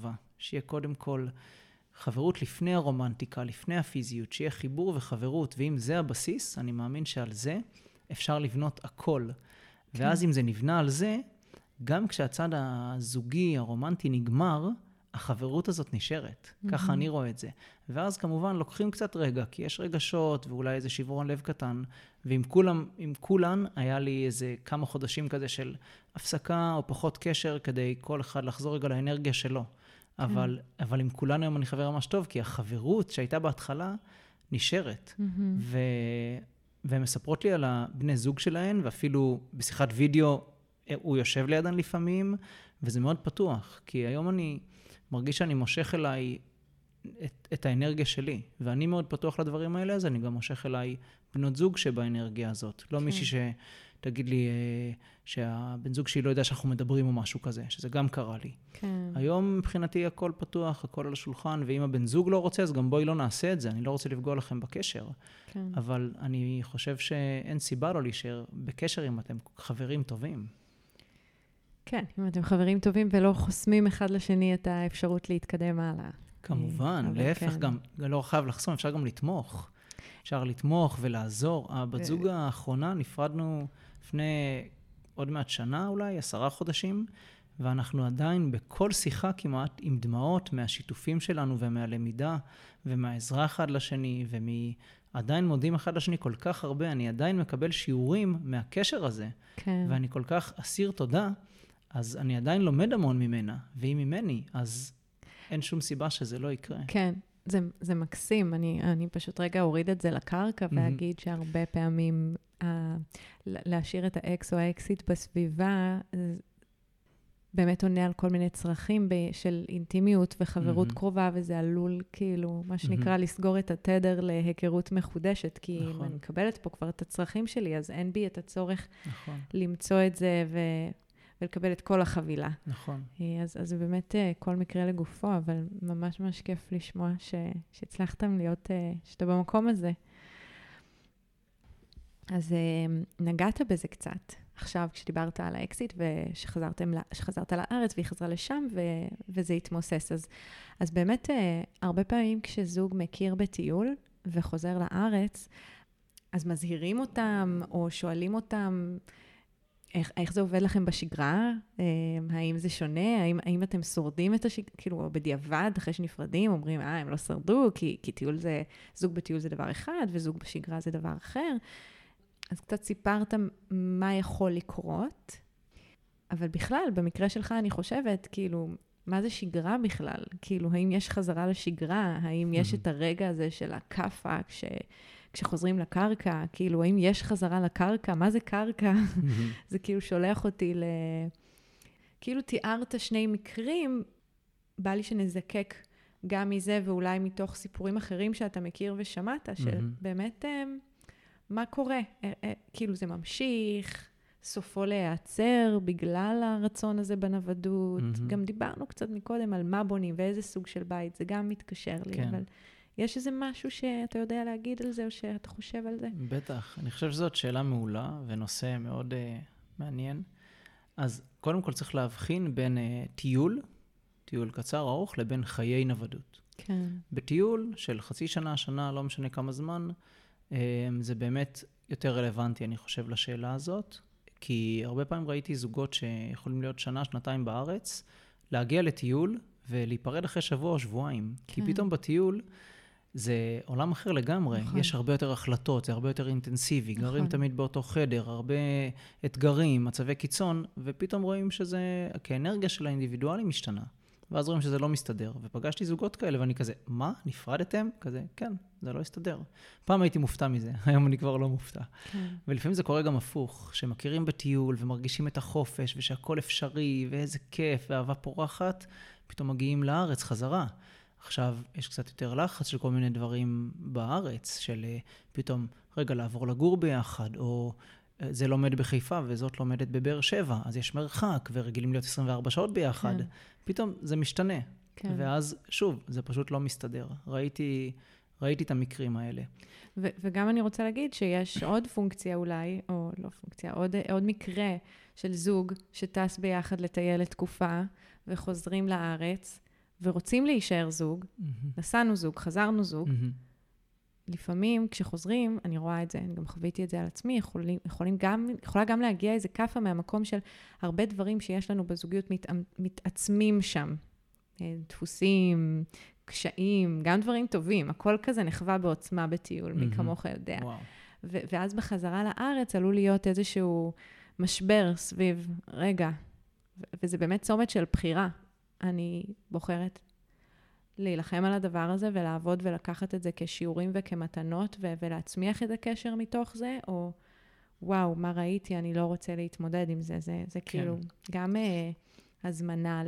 שיהיה קודם כל חברות לפני הרומנטיקה, לפני הפיזיות, שיהיה חיבור וחברות, ואם זה הבסיס, אני מאמין שעל זה אפשר לבנות הכל. כן. ואז אם זה נבנה על זה, גם כשהצד הזוגי, הרומנטי נגמר, החברות הזאת נשארת. Mm-hmm. ככה אני רואה את זה. ואז כמובן לוקחים קצת רגע, כי יש רגשות ואולי איזה שברון לב קטן, ועם כולם, עם כולן היה לי איזה כמה חודשים כזה של הפסקה או פחות קשר, כדי כל אחד לחזור רגע לאנרגיה שלו. כן. אבל, אבל עם כולן היום אני חבר ממש טוב, כי החברות שהייתה בהתחלה נשארת. Mm-hmm. ו... והן מספרות לי על הבני זוג שלהן, ואפילו בשיחת וידאו הוא יושב לידן לפעמים, וזה מאוד פתוח, כי היום אני מרגיש שאני מושך אליי את, את האנרגיה שלי, ואני מאוד פתוח לדברים האלה, אז אני גם מושך אליי בנות זוג שבאנרגיה הזאת. לא כן. מישהי שתגיד לי שהבן זוג שלי לא יודע שאנחנו מדברים או משהו כזה, שזה גם קרה לי. כן. היום מבחינתי הכל פתוח, הכל על השולחן, ואם הבן זוג לא רוצה, אז גם בואי לא נעשה את זה, אני לא רוצה לפגוע לכם בקשר. כן. אבל אני חושב שאין סיבה לא להישאר בקשר אם אתם חברים טובים. כן, אם אתם חברים טובים ולא חוסמים אחד לשני את האפשרות להתקדם הלאה. כמובן, להפך, גם לא חייב לחסום, אפשר גם לתמוך. אפשר לתמוך ולעזור. הבת זוג האחרונה נפרדנו לפני עוד מעט שנה אולי, עשרה חודשים, ואנחנו עדיין בכל שיחה כמעט עם דמעות מהשיתופים שלנו ומהלמידה ומהעזרה אחד לשני, ועדיין מודים אחד לשני כל כך הרבה, אני עדיין מקבל שיעורים מהקשר הזה, כן. ואני כל כך אסיר תודה, אז אני עדיין לומד המון ממנה, והיא ממני, אז אין שום סיבה שזה לא יקרה. כן, זה, זה מקסים. אני, אני פשוט רגע אוריד את זה לקרקע, mm-hmm. ואגיד שהרבה פעמים אה, להשאיר את האקס או האקסית בסביבה, באמת עונה על כל מיני צרכים ב, של אינטימיות וחברות mm-hmm. קרובה, וזה עלול כאילו, מה שנקרא, mm-hmm. לסגור את התדר להיכרות מחודשת, כי נכון. אם אני מקבלת פה כבר את הצרכים שלי, אז אין בי את הצורך נכון. למצוא את זה ו... ולקבל את כל החבילה. נכון. אז, אז באמת כל מקרה לגופו, אבל ממש ממש כיף לשמוע ש, שהצלחתם להיות, שאתה במקום הזה. אז נגעת בזה קצת. עכשיו, כשדיברת על האקסיט, ושחזרת לארץ, והיא חזרה לשם, ו, וזה התמוסס. אז, אז באמת, הרבה פעמים כשזוג מכיר בטיול, וחוזר לארץ, אז מזהירים אותם, או שואלים אותם, איך, איך זה עובד לכם בשגרה? האם זה שונה? האם, האם אתם שורדים את השגרה? כאילו, בדיעבד, אחרי שנפרדים, אומרים, אה, הם לא שרדו, כי, כי טיול זה, זוג בטיול זה דבר אחד, וזוג בשגרה זה דבר אחר. אז קצת סיפרת מה יכול לקרות, אבל בכלל, במקרה שלך אני חושבת, כאילו, מה זה שגרה בכלל? כאילו, האם יש חזרה לשגרה? האם יש את הרגע הזה של הקפה, כש... כשחוזרים לקרקע, כאילו, האם יש חזרה לקרקע? מה זה קרקע? זה כאילו שולח אותי ל... כאילו תיארת שני מקרים, בא לי שנזקק גם מזה, ואולי מתוך סיפורים אחרים שאתה מכיר ושמעת, שבאמת, מה קורה? כאילו זה ממשיך, סופו להיעצר בגלל הרצון הזה בנוודות. גם דיברנו קצת מקודם על מה בונים ואיזה סוג של בית, זה גם מתקשר לי, אבל... יש איזה משהו שאתה יודע להגיד על זה, או שאתה חושב על זה? בטח. אני חושב שזאת שאלה מעולה, ונושא מאוד uh, מעניין. אז קודם כל צריך להבחין בין uh, טיול, טיול קצר ארוך, לבין חיי נוודות. כן. בטיול של חצי שנה, שנה, לא משנה כמה זמן, um, זה באמת יותר רלוונטי, אני חושב, לשאלה הזאת, כי הרבה פעמים ראיתי זוגות שיכולים להיות שנה, שנתיים בארץ, להגיע לטיול ולהיפרד אחרי שבוע או שבועיים. כן. כי פתאום בטיול... זה עולם אחר לגמרי, נכון. יש הרבה יותר החלטות, זה הרבה יותר אינטנסיבי, נכון. גרים תמיד באותו חדר, הרבה אתגרים, מצבי קיצון, ופתאום רואים שזה, כאנרגיה של האינדיבידואלים משתנה, ואז רואים שזה לא מסתדר, ופגשתי זוגות כאלה, ואני כזה, מה? נפרדתם? כזה, כן, זה לא יסתדר. פעם הייתי מופתע מזה, היום אני כבר לא מופתע. כן. ולפעמים זה קורה גם הפוך, שמכירים בטיול, ומרגישים את החופש, ושהכל אפשרי, ואיזה כיף, ואהבה פורחת, פתאום מגיעים לארץ חזרה. עכשיו יש קצת יותר לחץ של כל מיני דברים בארץ, של פתאום רגע לעבור לגור ביחד, או זה לומד בחיפה וזאת לומדת בבאר שבע, אז יש מרחק ורגילים להיות עשרים וארבע שעות ביחד. כן. פתאום זה משתנה. כן. ואז שוב, זה פשוט לא מסתדר. ראיתי, ראיתי את המקרים האלה. ו- וגם אני רוצה להגיד שיש עוד פונקציה אולי, או לא פונקציה, עוד, עוד מקרה של זוג שטס ביחד לטייל לתקופה, וחוזרים לארץ, ורוצים להישאר זוג, Mm-hmm. נסענו זוג, חזרנו זוג, Mm-hmm. לפעמים כשחוזרים, אני רואה את זה, אני גם חוויתי את זה על עצמי, יכולים, יכולים גם, יכולה גם להגיע איזה קפה מהמקום של הרבה דברים שיש לנו בזוגיות מת, מתעצמים שם. דפוסים, קשיים, גם דברים טובים, הכל כזה נחווה בעוצמה בטיול, mm-hmm. מי כמוך יודע. Wow. ו- ואז בחזרה לארץ עלול להיות איזשהו משבר סביב, רגע, ו- וזה באמת צומת של בחירה. אני בוחרת להילחם על הדבר הזה ולעבוד ולקחת את זה כשיעורים וכמתנות ו- ולהצמיח את הקשר מתוך זה, או וואו, מה ראיתי, אני לא רוצה להתמודד עם זה. זה, זה כן. כאילו גם uh, הזמנה ל...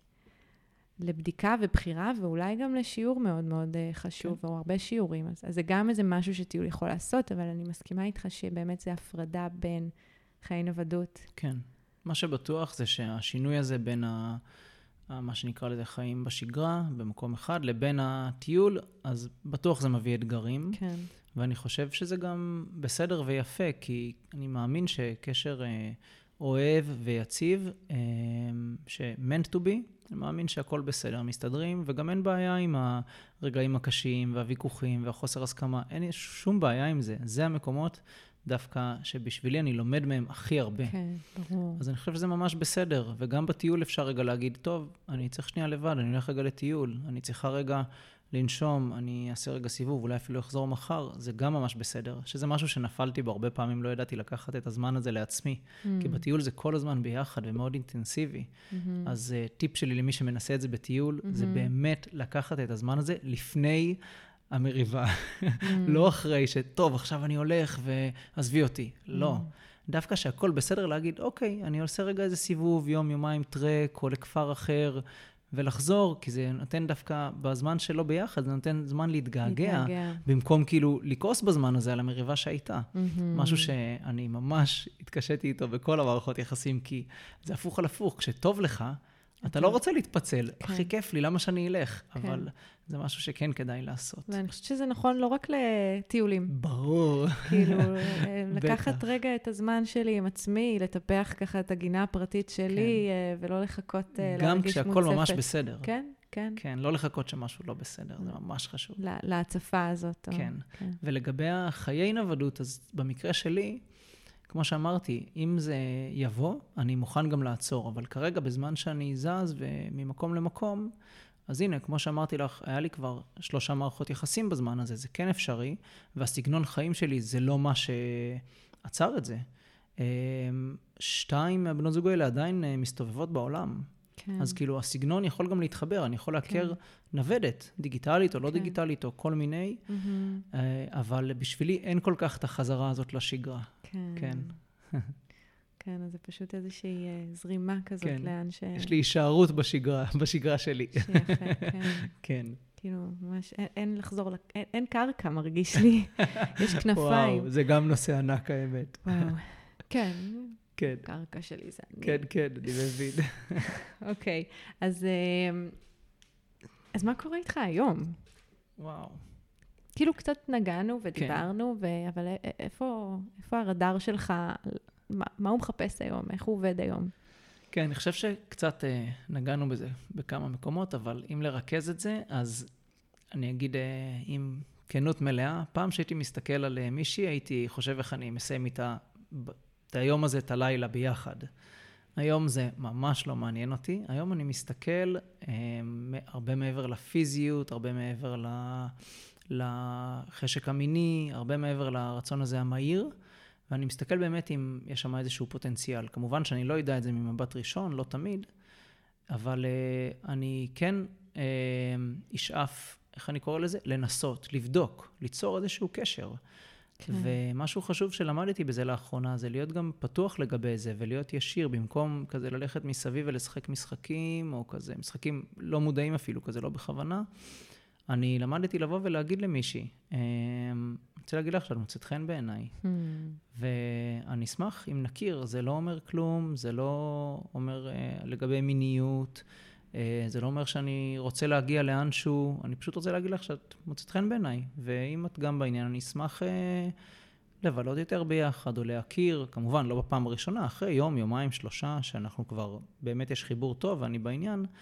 לבדיקה ובחירה, ואולי גם לשיעור מאוד מאוד חשוב, כן. או הרבה שיעורים. אז, אז זה גם איזה משהו שטיול יכול לעשות, אבל אני מסכימה איתך שבאמת זה הפרדה בין חיי נוודות. כן. מה שבטוח זה שהשינוי הזה בין ה... מה שנקרא לזה חיים בשגרה, במקום אחד, לבין הטיול, אז בטוח זה מביא אתגרים. כן. ואני חושב שזה גם בסדר ויפה, כי אני מאמין שקשר אה, אוהב ויציב, אה, ש-meant to be, אני מאמין שהכל בסדר, מסתדרים, וגם אין בעיה עם הרגעים הקשים והוויכוחים והחוסר הסכמה, אין שום בעיה עם זה. זה המקומות דווקא שבשבילי אני לומד מהם הכי הרבה. כן, ברור. אז אני חושב שזה ממש בסדר, וגם בטיול אפשר רגע להגיד, טוב, אני צריך שנייה לבד, אני הולך רגע לטיול, אני צריכה רגע לנשום, אני אעשה רגע סיבוב, אולי אפילו אחזור מחר, זה גם ממש בסדר, שזה משהו שנפלתי בו הרבה פעמים, לא ידעתי לקחת את הזמן הזה לעצמי, mm. כי בטיול זה כל הזמן ביחד ומאוד אינטנסיבי. Mm-hmm. אז uh, טיפ שלי למי שמנסה את זה בטיול, mm-hmm. זה באמת לקחת את הזמן הזה לפני המריבה, mm. לא אחרי שטוב, עכשיו אני הולך ועזבי אותי, mm. לא. דווקא שהכל בסדר להגיד, אוקיי, אני עושה רגע איזה סיבוב, יום, יומיים טרק, או לכפר אחר, ולחזור, כי זה נותן דווקא בזמן שלא ביחד, זה נותן זמן להתגעגע, להתגעגע. במקום כאילו לקוס בזמן הזה על המריבה שהייתה. Mm-hmm. משהו שאני ממש התקשיתי איתו בכל המערכות יחסים, כי זה הפוך על הפוך, כשטוב לך, אתה לא רוצה להתפצל, כן. הכי כיף לי, למה שאני אלך? כן. אבל זה משהו שכן כדאי לעשות. ואני חושבת שזה נכון לא רק לטיולים. ברור. כאילו, לקחת רגע את הזמן שלי עם עצמי, לטפח ככה את הגינה הפרטית שלי, כן. ולא לחכות להרגיש מוצפת. גם כשהכל ממש בסדר. כן, כן. כן, לא לחכות שמשהו לא בסדר, זה ממש חשוב. להצפה הזאת. כן. כן. ולגבי החיי נוודות, אז במקרה שלי, כמו שאמרתי, אם זה יבוא, אני מוכן גם לעצור, אבל כרגע בזמן שאני זז וממקום למקום, אז הנה, כמו שאמרתי לך, היה לי כבר שלושה מערכות יחסים בזמן הזה, זה כן אפשרי, והסגנון חיים שלי זה לא מה שעצר את זה. שתיים מהבנות זוג האלה עדיין מסתובבות בעולם. כן. אז כאילו הסגנון יכול גם להתחבר, אני יכול להכר כן. נוודת, דיגיטלית או לא כן. דיגיטלית או כל מיני, mm-hmm. אבל בשבילי אין כל כך את החזרה הזאת לשגרה. כן. כן. כן, אז זה פשוט איזושהי זרימה כזאת כן. לאן ש... יש לי הישארות בשגרה, בשגרה שלי. שיפה, כן. כן. כאילו, ממש, אין, אין לחזור, אין, אין קרקע מרגיש לי, יש כנפיים. וואו, זה גם נושא ענק האמת. וואו, כן. כן. קרקע שלי זה אני. כן, כן, אני מבין. אוקיי, אז, אז מה קורה איתך היום? וואו. כאילו קצת נגענו ודיברנו, כן. ו... אבל איפה, איפה הרדאר שלך, מה, מה הוא מחפש היום, איך הוא עובד היום? כן, אני חושב שקצת אה, נגענו בזה בכמה מקומות, אבל אם לרכז את זה, אז אני אגיד אה, עם כנות מלאה, פעם שהייתי מסתכל על מישהי, הייתי חושב איך אני מסיים איתה את היום הזה, את הלילה ביחד. היום זה ממש לא מעניין אותי. היום אני מסתכל אה, הרבה מעבר לפיזיות, הרבה מעבר ל, לחשק המיני, הרבה מעבר לרצון הזה המהיר, ואני מסתכל באמת אם יש שם איזשהו פוטנציאל. כמובן שאני לא יודע את זה ממבט ראשון, לא תמיד, אבל אה, אני כן אה, אשאף, איך אני קורא לזה? לנסות, לבדוק, ליצור איזשהו קשר. כן. ומשהו חשוב שלמדתי בזה לאחרונה, זה להיות גם פתוח לגבי זה, ולהיות ישיר, במקום כזה ללכת מסביב ולשחק משחקים, או כזה משחקים לא מודעים אפילו, כזה לא בכוונה. אני למדתי לבוא ולהגיד למישהי, אני רוצה להגיד לך שאת מוצאת חן בעיניי, hmm. ואני אשמח אם נכיר, זה לא אומר כלום, זה לא אומר uh, לגבי מיניות, uh, זה לא אומר שאני רוצה להגיע לאנשהו, אני פשוט רוצה להגיד לך שאת מוצאת חן בעיניי, ואם את גם בעניין, אני אשמח uh, לבלות יותר ביחד, או להכיר, כמובן לא בפעם הראשונה, אחרי יום, יומיים, שלושה, שאנחנו כבר, באמת יש חיבור טוב, ואני בעניין,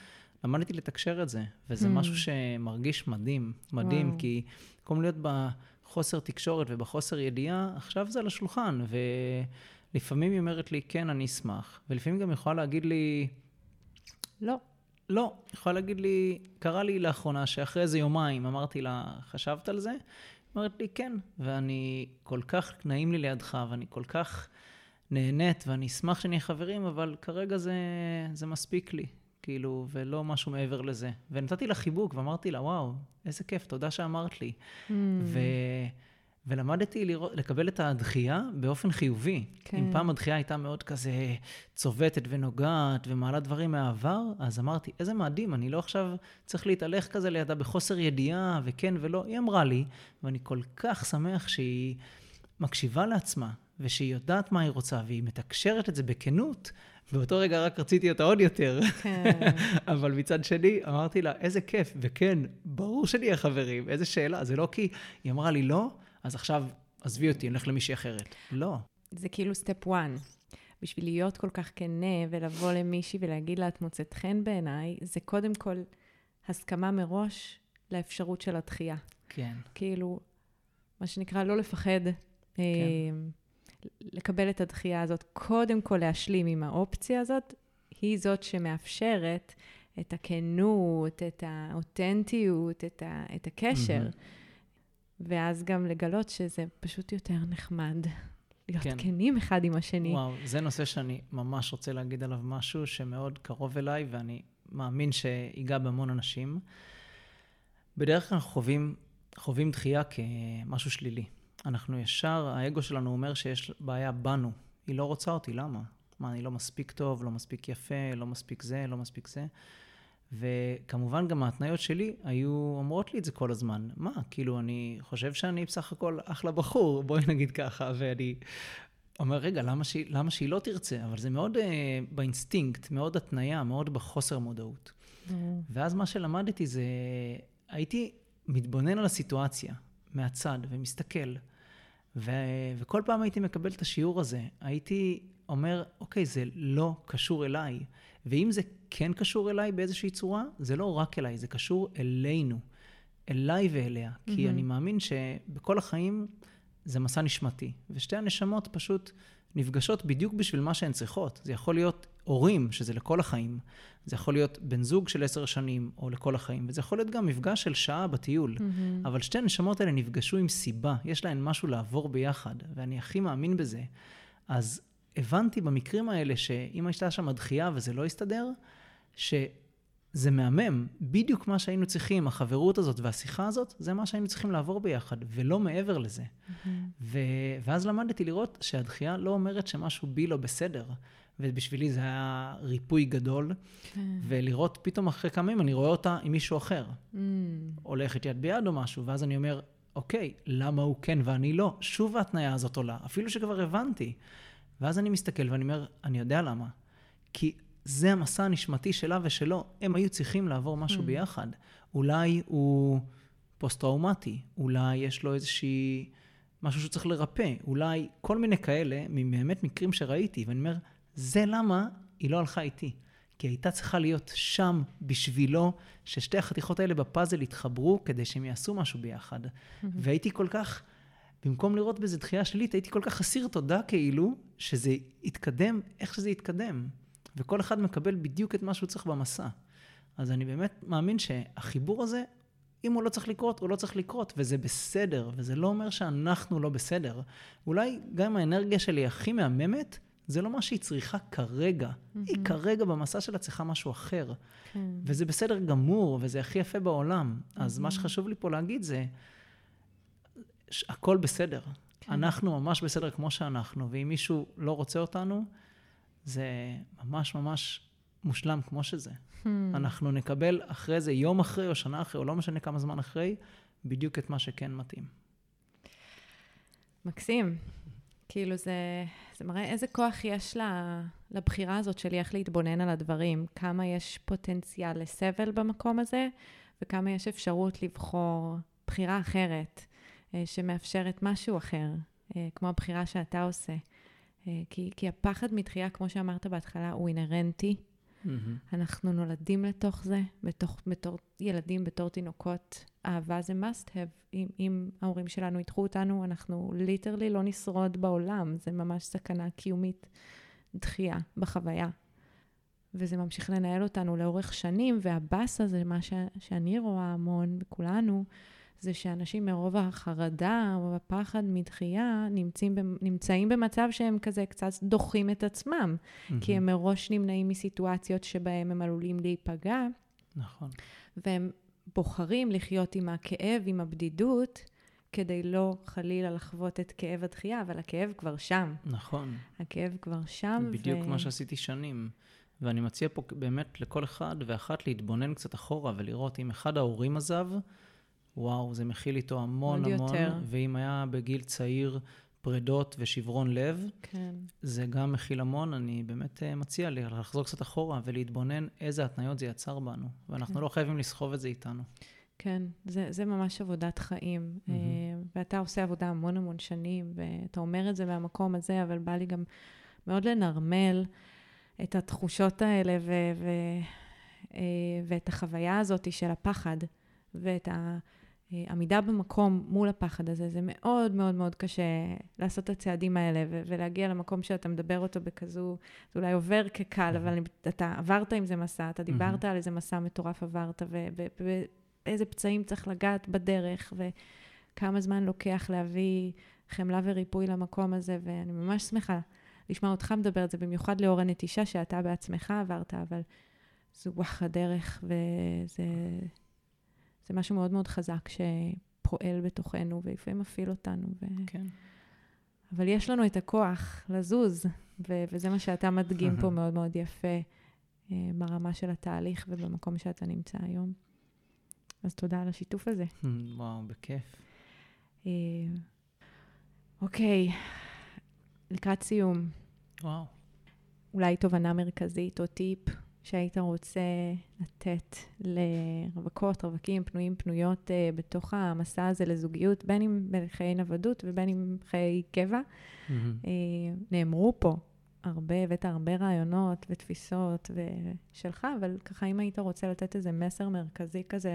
למדתי לתקשר את זה, וזה Hmm. משהו שמרגיש מדהים, מדהים, וואו. כי במקום להיות בחוסר תקשורת ובחוסר ידיעה, עכשיו זה על השולחן, ולפעמים היא אומרת לי, כן, אני אשמח, ולפעמים גם יכולה להגיד לי, לא. לא, יכולה להגיד לי, קרה לי לאחרונה שאחרי איזה יומיים אמרתי לה, חשבת על זה? היא אומרת לי, כן, ואני כל כך נעים לי לידך, ואני כל כך נהנית, ואני אשמח שנהיה חברים, אבל כרגע זה, זה מספיק לי, כאילו, ולא משהו מעבר לזה. ונתתי לה חיבוק, ואמרתי לה, וואו, איזה כיף, תודה שאמרת לי. Hmm. ו... ולמדתי לראות, לקבל את הדחייה באופן חיובי. כן. אם פעם הדחייה הייתה מאוד כזה צובטת ונוגעת ומעלה דברים מהעבר, אז אמרתי, איזה מדהים, אני לא עכשיו צריך להתהלך כזה לידה בחוסר ידיעה וכן ולא. היא אמרה לי, ואני כל כך שמח שהיא מקשיבה לעצמה, ושהיא יודעת מה היא רוצה, והיא מתקשרת את זה בכנות, באותו רגע רק רציתי אותה עוד יותר. כן. אבל מצד שני, אמרתי לה, איזה כיף, וכן, ברור שנהיה חברים, איזה שאלה, זה לא כי היא אמרה לי לא, אז עכשיו עזבי אותי, אני הולך למישהי אחרת. לא. זה כאילו סטפ וואן. בשביל להיות כל כך כנה ולבוא למישהי ולהגיד לה, את מוצאת חן בעיניי, זה קודם כל הסכמה מראש לאפשרות של הדחייה. כן. כאילו, מה שנקרא, לא לפחד, כן. לקבל את הדחייה הזאת, קודם כל להשלים עם האופציה הזאת, היא זאת שמאפשרת את הכנות, את האותנטיות, את, ה, את הקשר. Mm-hmm. ואז גם לגלות שזה פשוט יותר נחמד. להיות כן. כנים אחד עם השני. וואו, זה נושא שאני ממש רוצה להגיד עליו משהו שמאוד קרוב אליי, ואני מאמין שיגע בהמון אנשים. בדרך כלל אנחנו חווים, חווים דחייה כמשהו שלילי. אנחנו ישר, האגו שלנו אומר שיש בעיה בנו. היא לא רוצה אותי, למה? מה, אני לא מספיק טוב, לא מספיק יפה, לא מספיק זה, לא מספיק זה. וכמובן גם ההתניות שלי היו אומרות לי את זה כל הזמן. מה? כאילו, אני חושב שאני בסך הכל אחלה בחור, בואי נגיד ככה, ואני אומר, רגע, למה שהיא, למה שהיא לא תרצה? אבל זה מאוד uh, באינסטינקט, מאוד התניה, מאוד בחוסר מודעות. Mm. ואז מה שלמדתי זה, הייתי מתבונן על הסיטואציה מהצד ומסתכל, ו- וכל פעם הייתי מקבל את השיעור הזה, הייתי אומר, אוקיי, זה לא קשור אליי, ואם זה כן קשור אליי באיזושהי צורה, זה לא רק אליי, זה קשור אלינו, אליי ואליה, mm-hmm. כי אני מאמין שבכל החיים זה מסע נשמתי, ושתי הנשמות פשוט נפגשות בדיוק בשביל מה שהן צריכות. זה יכול להיות הורים, שזה לכל החיים, זה יכול להיות בן זוג של עשר שנים, או לכל החיים, וזה יכול להיות גם מפגש של שעה בטיול, mm-hmm. אבל שתי הנשמות האלה נפגשו עם סיבה, יש להן משהו לעבור ביחד, ואני הכי מאמין בזה. אז הבנתי במקרים האלה שאם הייתה שם הדחייה וזה לא יסתדר, שזה מהמם, בדיוק מה שהיינו צריכים, החברות הזאת והשיחה הזאת, זה מה שהיינו צריכים לעבור ביחד, ולא מעבר לזה. Mm-hmm. ו... ואז למדתי לראות שהדחייה לא אומרת שמשהו בי לא בסדר, ובשבילי זה היה ריפוי גדול, mm-hmm. ולראות פתאום אחרי כמה ימים, אני רואה אותה עם מישהו אחר, mm-hmm. הולכת יד ביד או משהו, ואז אני אומר, אוקיי, למה הוא כן ואני לא? שוב ההתניה הזאת עולה, אפילו שכבר הבנתי. ואז אני מסתכל ואני אומר, אני יודע למה. כי זה המסע הנשמתי שלה ושלו. הם היו צריכים לעבור משהו mm. ביחד. אולי הוא פוסט-טראומטי. אולי יש לו איזושהי משהו שצריך לרפא. אולי כל מיני כאלה, מבאמת מקרים שראיתי. ואני אומר, זה למה היא לא הלכה איתי. כי הייתה צריכה להיות שם בשבילו, ששתי החתיכות האלה בפאזל יתחברו, כדי שהם יעשו משהו ביחד. Mm-hmm. והייתי כל כך... במקום לראות בזה דחייה שלילית, הייתי כל כך חסיר תודה כאילו, שזה יתקדם איך שזה יתקדם. וכל אחד מקבל בדיוק את מה שהוא צריך במסע. אז אני באמת מאמין שהחיבור הזה, אם הוא לא צריך לקרות, הוא לא צריך לקרות, וזה בסדר, וזה לא אומר שאנחנו לא בסדר. אולי גם האנרגיה שלי הכי מהממת, זה לא מה שהיא צריכה כרגע. Mm-hmm. היא כרגע במסע שלה צריכה משהו אחר. Okay. וזה בסדר גמור, וזה הכי יפה בעולם. Mm-hmm. אז מה שחשוב לי פה להגיד זה, הכל בסדר. כן. אנחנו ממש בסדר כמו שאנחנו, ואם מישהו לא רוצה אותנו, זה ממש ממש מושלם כמו שזה. Hmm. אנחנו נקבל אחרי זה, יום אחרי או שנה אחרי, או לא משנה כמה זמן אחרי, בדיוק את מה שכן מתאים. מקסים. כאילו זה, זה מראה איזה כוח יש לה, לבחירה הזאת שלי, איך להתבונן על הדברים, כמה יש פוטנציאל לסבל במקום הזה, וכמה יש אפשרות לבחור בחירה אחרת, שמאפשרת משהו אחר, כמו הבחירה שאתה עושה. כי, כי הפחד מתחייה, כמו שאמרת בהתחלה, הוא אינרנטי, Mm-hmm. אנחנו נולדים לתוך זה, בתוך, בתור ילדים, בתור תינוקות. אהבה זה must have. אם, אם ההורים שלנו ידחו אותנו, אנחנו ליטרלי לא נשרוד בעולם. זה ממש סכנה קיומית, דחייה בחוויה. וזה ממשיך לנהל אותנו לאורך שנים, והבאס הזה, מה ש, שאני רואה המון בכולנו, זה שאנשים מרוב החרדה או הפחד מדחייה נמצאים, נמצאים במצב שהם כזה קצת דוחים את עצמם, mm-hmm. כי הם מראש נמנעים מסיטואציות שבהם הם עלולים להיפגע. נכון. והם בוחרים לחיות עם הכאב, עם הבדידות, כדי לא חלילה לחוות את כאב הדחייה, אבל הכאב כבר שם. נכון. הכאב כבר שם. בדיוק ו... מה שעשיתי שנים. ואני מציע פה באמת לכל אחד ואחת להתבונן קצת אחורה ולראות אם אחד ההורים עזב, וואו, זה מכיל איתו המון המון, יותר. ואם היה בגיל צעיר פרדות ושברון לב, כן. זה גם מכיל המון. אני באמת מציע לי לחזור קצת אחורה ולהתבונן איזה התניות זה יצר בנו, ואנחנו כן. לא חייבים לסחוב את זה איתנו. כן, זה, זה ממש עבודת חיים, mm-hmm. ואתה עושה עבודה המון המון שנים, ואתה אומר את זה מהמקום הזה, אבל בא לי גם מאוד לנרמל את התחושות האלה, ו, ו, ואת החוויה הזאת של הפחד, ואת העמידה במקום מול הפחד הזה. זה מאוד מאוד מאוד קשה לעשות את הצעדים האלה, ו, ולהגיע למקום שאתה מדבר אותו בכזו, זה אולי עובר כקל, mm-hmm. אבל אתה עברת עם זה מסע, אתה דיברת mm-hmm. על איזה מסע מטורף עברת, ו... ו, ו איזה פצעים צריך לגעת בדרך, וכמה זמן לוקח להביא חמלה וריפוי למקום הזה, ואני ממש שמחה לשמוע אותך מדבר את זה, במיוחד לאור הנטישה שאתה בעצמך עברת, אבל זו וואח הדרך, וזה זה משהו מאוד מאוד חזק שפועל בתוכנו, ולפעמים מפעיל אותנו. ו... כן. אבל יש לנו את הכוח לזוז, ו- וזה מה שאתה מדגים פה מאוד מאוד יפה, ברמה של התהליך ובמקום שאתה נמצא היום. אז תודה על השיתוף הזה. וואו, בכיף. אוקיי, לקראת סיום. וואו. אולי תובנה מרכזית או טיפ שהיית רוצה לתת לרווקות, רווקים, פנויים, פנויות בתוך המסע הזה לזוגיות, בין אם בחיי נוודות ובין אם חיי קבע. נאמרו פה הרבה, הבאת הרבה רעיונות ותפיסות ושלך, אבל ככה אם היית רוצה לתת איזה מסר מרכזי כזה,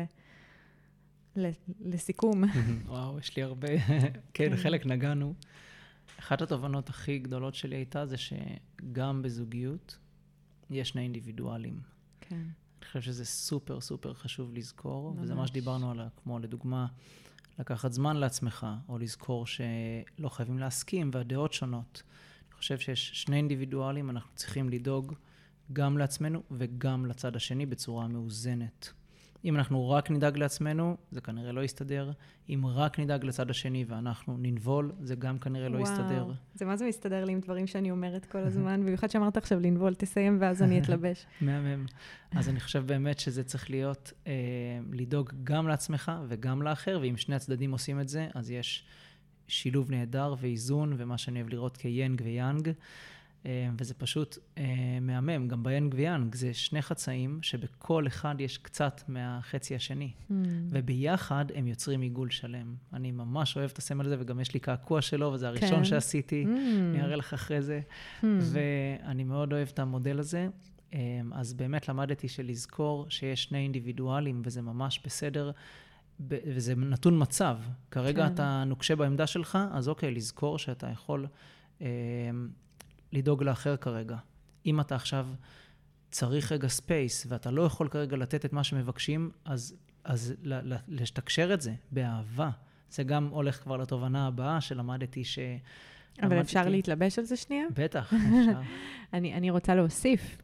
לסיכום. וואו, יש לי הרבה, כן, חלק נגענו. אחת התובנות הכי גדולות שלי הייתה זה שגם בזוגיות יש שני אינדיבידואלים. כן. אני חושב שזה סופר סופר חשוב לזכור, וזה מה שדיברנו עליו, כמו לדוגמה, לקחת זמן לעצמך, או לזכור שלא חייבים להסכים והדעות שונות. אני חושב שיש שני אינדיבידואלים, אנחנו צריכים לדאוג גם לעצמנו וגם לצד השני בצורה מאוזנת. אם אנחנו רק נדאג לעצמנו, זה כנראה לא יסתדר. אם רק נדאג לצד השני ואנחנו ננבול, זה גם כנראה לא יסתדר. וואו, זה מה זה מסתדר לי עם דברים שאני אומרת כל הזמן, במיוחד שאמרת עכשיו לנבול, תסיים ואז אני אתלבש. מהמם. אז אני חושב באמת שזה צריך להיות, אה, לדאוג גם לעצמך וגם לאחר, ואם שני הצדדים עושים את זה, אז יש שילוב נהדר ואיזון, ומה שאני אוהב לראות כיאנג ויאנג, וזה פשוט אה, מהמם, גם ביאנג ויאנג, זה שני חצאים שבכל אחד יש קצת מהחצי השני, mm. וביחד הם יוצרים עיגול שלם. אני ממש אוהב את הסמל הזה, וגם יש לי קעקוע שלו, וזה הראשון כן. שעשיתי, mm. אני אראה לך אחרי זה, mm. ואני מאוד אוהב את המודל הזה, אז באמת למדתי שלזכור שיש שני אינדיבידואלים, וזה ממש בסדר, וזה נתון מצב. כרגע כן. אתה נוקשה בעמדה שלך, אז אוקיי, לזכור שאתה יכול אה, לדאוג לאחר כרגע. אם אתה עכשיו צריך רגע ספייס, ואתה לא יכול כרגע לתת את מה שמבקשים, אז, אז לתקשר את זה באהבה. זה גם הולך כבר לתובנה הבאה שלמדתי ש... אבל אפשר איתי... להתלבש על זה שנייה? בטח, אפשר. אני, אני רוצה להוסיף.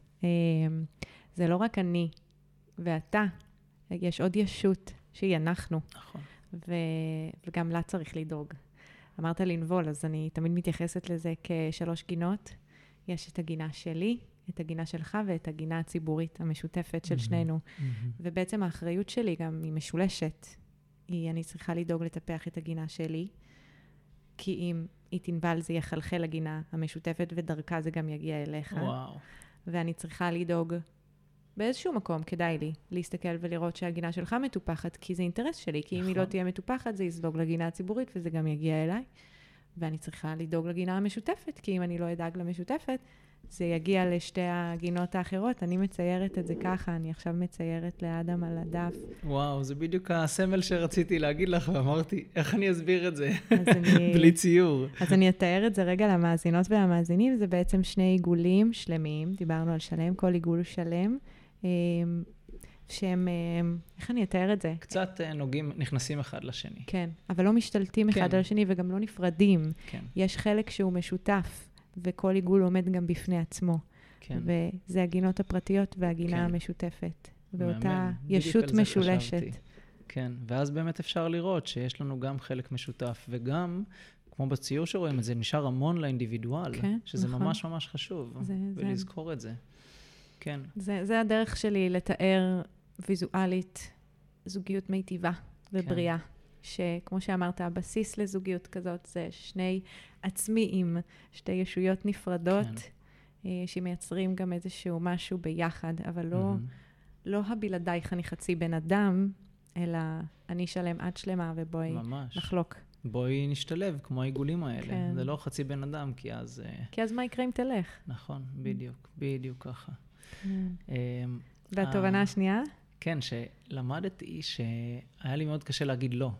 זה לא רק אני ואתה, יש עוד ישות שהיא אנחנו. נכון. ו... וגם לה צריך לדאוג. אמרת לנבול, אז אני תמיד מתייחסת לזה כשלוש גינות. יש את הגינה שלי, את הגינה שלך, ואת הגינה הציבורית המשותפת של שנינו. ובעצם האחריות שלי גם היא משולשת. היא, אני צריכה לדאוג לטפח את הגינה שלי, כי אם היא תנבל זה יחלחל לגינה המשותפת, ודרכה זה גם יגיע אליך. וואו. ואני צריכה לדאוג באיזשהו מקום, כדאי לי להסתכל ולראות שהגינה שלך מטופחת, כי זה אינטרס שלי, כי אם היא לא תהיה מטופחת, זה יזלוג לגינה הציבורית, וזה גם יגיע אליי. ואני צריכה לדאוג לגינה המשותפת, כי אם אני לא אדאג למשותפת, זה יגיע לשתי הגינות האחרות. אני מציירת את זה ככה, אני עכשיו מציירת לאדם על הדף. וואו, זה בדיוק הסמל שרציתי להגיד לך, ואמרתי, איך אני אסביר את זה? אני, בלי ציור. אז אני אתאר את זה רגע למאזינות ולמאזינים. זה בעצם שני עיגולים שלמים, דיברנו על שלם, כל עיגול שלם, שהם, איך אני אתאר את זה? קצת נוגעים, נכנסים אחד לשני. כן, אבל לא משתלטים כן. אחד על השני וגם לא נפרדים. כן. יש חלק שהוא משותף, וכל עיגול עומד גם בפני עצמו. כן. וזה הגינות הפרטיות והגינה כן. המשותפת. ואותה מאמן. ישות בדיוק על זה משולשת. חשבתי. כן, ואז באמת אפשר לראות שיש לנו גם חלק משותף, וגם, כמו בציור שרואים את זה, נשאר המון לאינדיבידואל, כן, שזה נכון. ממש ממש חשוב, זה- ולזכור את זה. כן, זה, זה הדרך שלי לתאר ויזואלית זוגיות מיטיבה ובריאה. שכמו שאמרת, הבסיס לזוגיות כזאת זה שני עצמיים, שתי ישויות נפרדות, כן. אה, שמייצרים גם איזשהו משהו ביחד, אבל לא, מהמם. לא הבלעדייך אני חצי בן אדם, אלא אני שלם עד שלמה ובואי ממש. נחלוק. בואי נשתלב, כמו העיגולים האלה. כן. זה לא חצי בן אדם, כי אז... אה, כי אז מה יקרה אם תלך? נכון, בדיוק, בדיוק ככה. אה, והתובנה אה, השנייה? כן, שלמדתי שהיה לי מאוד קשה להגיד לא.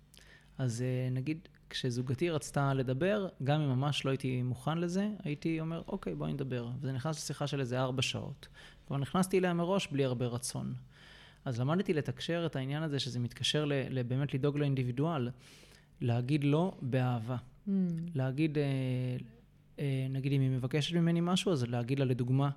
אז אה, נגיד, כשזוגתי רצתה לדבר, גם אם ממש לא הייתי מוכן לזה, הייתי אומר, אוקיי, בואי נדבר. וזה נכנס לשיחה של איזה ארבע שעות. כבר נכנסתי אליה מראש בלי הרבה רצון. אז למדתי לתקשר את העניין הזה, שזה מתקשר ל- ל- באמת לדאוג לאינדיבידואל, להגיד לא באהבה. Mm, להגיד, אה, אה, נגיד אם היא מבקשת ממני משהו, אז להגיד לה לדוגמה,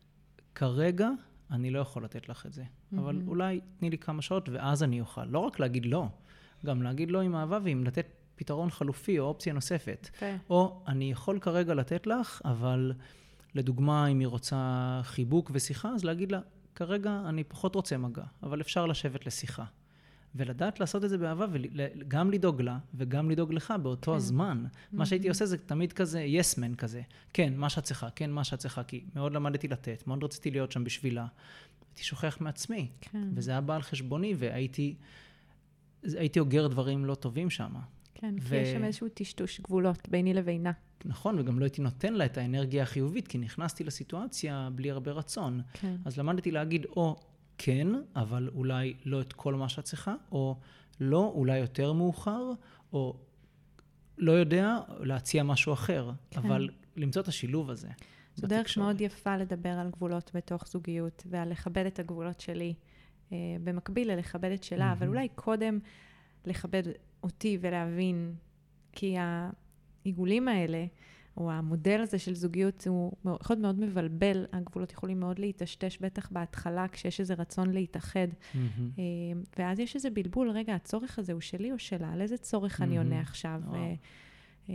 כרגע אני לא יכול לתת לך את זה, אבל מהמם. אולי תני לי כמה שעות ואז אני אוכל. לא רק להגיד לא, גם להגיד לא עם אהבה ועם לתת פתרון חלופי או אופציה נוספת. יפה. או אני יכול כרגע לתת לך, אבל לדוגמה אם היא רוצה חיבוק ושיחה, אז להגיד לה, כרגע אני פחות רוצה מגע, אבל אפשר לשבת לשיחה. ולדעת לעשות את זה באהבה, וגם לדאוג לה, וגם לדאוג לך באותו כן. הזמן. מה Mhm. שהייתי עושה זה תמיד כזה yes man כזה. כן, מה שאת צריכה, כן, מה שאת צריכה, כי מאוד למדתי לתת, מאוד רציתי להיות שם בשבילה. הייתי שוכח מעצמי, כן. וזה היה בא על חשבוני, והייתי הייתי אוגר דברים לא טובים שם. כן, ו- כי יש שם איזשהו טשטוש גבולות ביני לבינה. נכון, וגם לא הייתי נותן לה את האנרגיה החיובית, כי נכנסתי לסיטואציה בלי הרבה רצון. כן. אז למדתי להגיד או כן, אבל אולי לא את כל מה שאת צריכה, או לא, אולי יותר מאוחר, או לא יודע, להציע משהו אחר. כן. אבל למצוא את השילוב הזה. זו דרך בתקשורת. מאוד יפה לדבר על גבולות בתוך זוגיות, ועל לכבד את הגבולות שלי, אה, במקביל ללכבד את שלה, אבל מהמם. אולי קודם לכבד אותי ולהבין, כי העיגולים האלה, או המודל הזה של זוגיות, הוא מאוד- יכול להיות מאוד מבלבל, הגבולות יכולים מאוד להתשתש, בטח בהתחלה, כשיש איזה רצון להתאחד, מהמם. אה, ואז יש איזה בלבול, רגע, הצורך הזה הוא שלי או שלה? על איזה צורך אני מהמם. עונה עכשיו? וואו. אה, אה,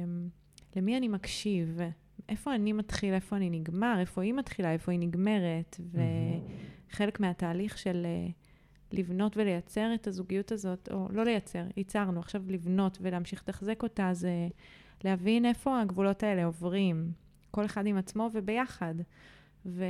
למי אני מקשיב? איפה אני מתחיל, איפה אני נגמר? איפה היא מתחילה, איפה היא נגמרת? וחלק מהתהליך של אה, לבנות ולייצר את הזוגיות הזאת, או לא לייצר, ייצרנו, עכשיו לבנות ולהמשיך לתחזק אותה, זה להבין איפה הגבולות האלה עוברים, כל אחד עם עצמו וביחד. ו...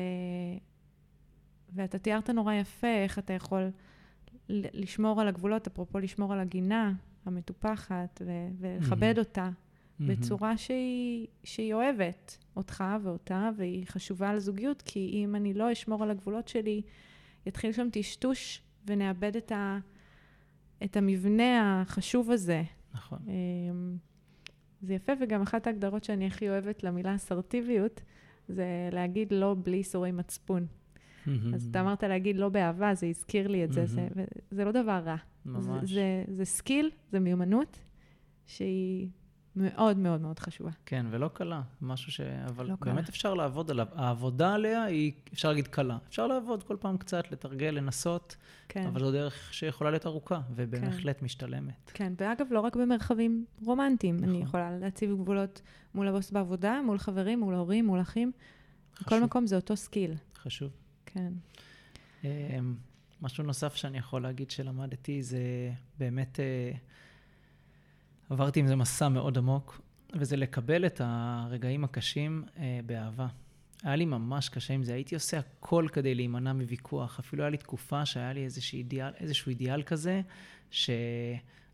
ואתה תיארת נורא יפה איך אתה יכול ל- לשמור על הגבולות, אפרופו לשמור על הגינה המטופחת ו- ולכבד מהמם. אותה מהמם. בצורה שהיא, שהיא אוהבת אותך ואותה, והיא חשובה לזוגיות, כי אם אני לא אשמור על הגבולות שלי, יתחיל שם טשטוש ונאבד את, ה- את המבנה החשוב הזה. נכון. אמ, זה יפה, וגם אחת ההגדרות שאני הכי אוהבת למילה אסרטיביות, זה להגיד לא בלי ייסורי מצפון. אז אתה אמרת להגיד לא באהבה, זה הזכיר לי את זה, זה, זה לא דבר רע. ממש. זה, זה, זה סקיל, זה מיומנות, שהיא מאוד מאוד מאוד חשובה. כן, ולא קלה, משהו ש... אבל לא קלה. באמת אפשר לעבוד עליו. העבודה עליה היא, אפשר להגיד קלה. אפשר לעבוד כל פעם קצת, לתרגל, לנסות, כן, אבל זו דרך שיכולה להיות ארוכה, ובהחלט משתלמת. כן, ואגב, לא רק במרחבים רומנטיים. נכון. אני יכולה להציב גבולות מול הבוס בעבודה, מול חברים, מול הורים, מול אחים. בכל חשוב. מקום זה אותו סקיל. חשוב. כן. אמ, משהו נוסף שאני יכול להגיד שלמדתי, זה באמת, אה, עברתי עם זה מסע מאוד עמוק, וזה לקבל את הרגעים הקשים אה, באהבה. היה לי ממש קשה עם זה, הייתי עושה הכל כדי להימנע מוויכוח, אפילו היה לי תקופה שהיה לי איזשהו אידיאל, איזשהו אידיאל כזה,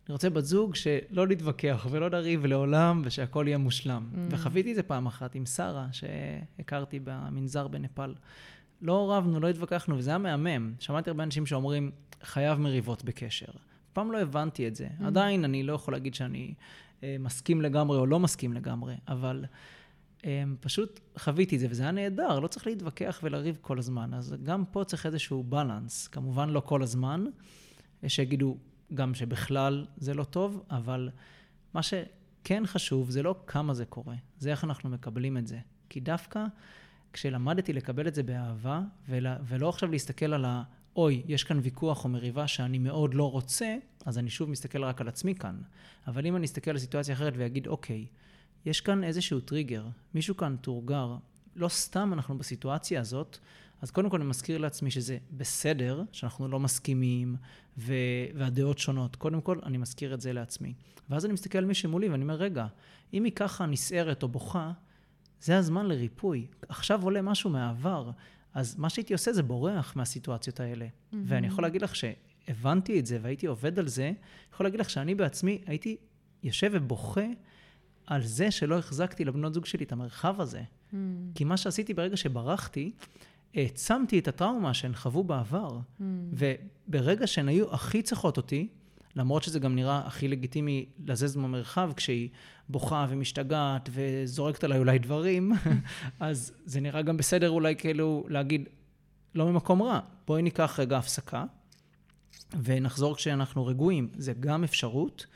אני רוצה בת זוג שלא נתווכח ולא נריב לעולם ושהכל יהיה מושלם. Mm. וחוויתי את זה פעם אחת עם שרה שהכרתי במנזר בנפאל. לא רבנו, לא התווכחנו, וזה היה מהמם. שמעתי הרבה אנשים שאומרים, חייב מריבות בקשר. פעם לא הבנתי את זה. Mm. עדיין אני לא יכול להגיד שאני אה, מסכים לגמרי או לא מסכים לגמרי, אבל אה, פשוט חוויתי את זה, וזה היה נהדר. לא צריך להתווכח ולריב כל הזמן. אז גם פה צריך איזשהו בלנס. כמובן לא כל הזמן, שיגידו גם שבכלל זה לא טוב, אבל מה שכן חשוב זה לא כמה זה קורה, זה איך אנחנו מקבלים את זה. כי דווקא כשלמדתי לקבל את זה באהבה, ולא עכשיו להסתכל על ה... אוי, יש כאן ויכוח או מריבה שאני מאוד לא רוצה, אז אני שוב מסתכל רק על עצמי כאן. אבל אם אני אסתכל על סיטואציה אחרת ויגיד, אוקיי, יש כאן איזשהו טריגר, מישהו כאן תורגר, לא סתם אנחנו בסיטואציה הזאת, אז קודם כל אני מזכיר לעצמי שזה בסדר, שאנחנו לא מסכימים ו... והדעות שונות. קודם כל אני מזכיר את זה לעצמי. ואז אני מסתכל על מי שמולי ואני אומר, רגע, אם היא ככה נסערת או בוכה, זה הזמן לריפוי. עכשיו עולה משהו מהעבר. אז מה שהייתי עושה זה בורח מהסיטואציות האלה. Mm-hmm. ואני יכול להגיד לך שהבנתי את זה והייתי עובד על זה, יכול להגיד לך שאני בעצמי הייתי יושב ובוכה על זה שלא החזקתי לבנות זוג שלי את המרחב הזה. Mm-hmm. כי מה שעשיתי ברגע שברחתי, העצמתי את הטראומה שהן חוו בעבר. Mm. וברגע שהן היו הכי צריכות אותי, למרות שזה גם נראה הכי לגיטימי לזז במרחב, כשהיא בוכה ומשתגעת וזורקת עליי אולי דברים, אז זה נראה גם בסדר אולי כאילו להגיד, לא ממקום רע, בואי ניקח רגע הפסקה, ונחזור כשאנחנו רגועים. זה גם אפשרות,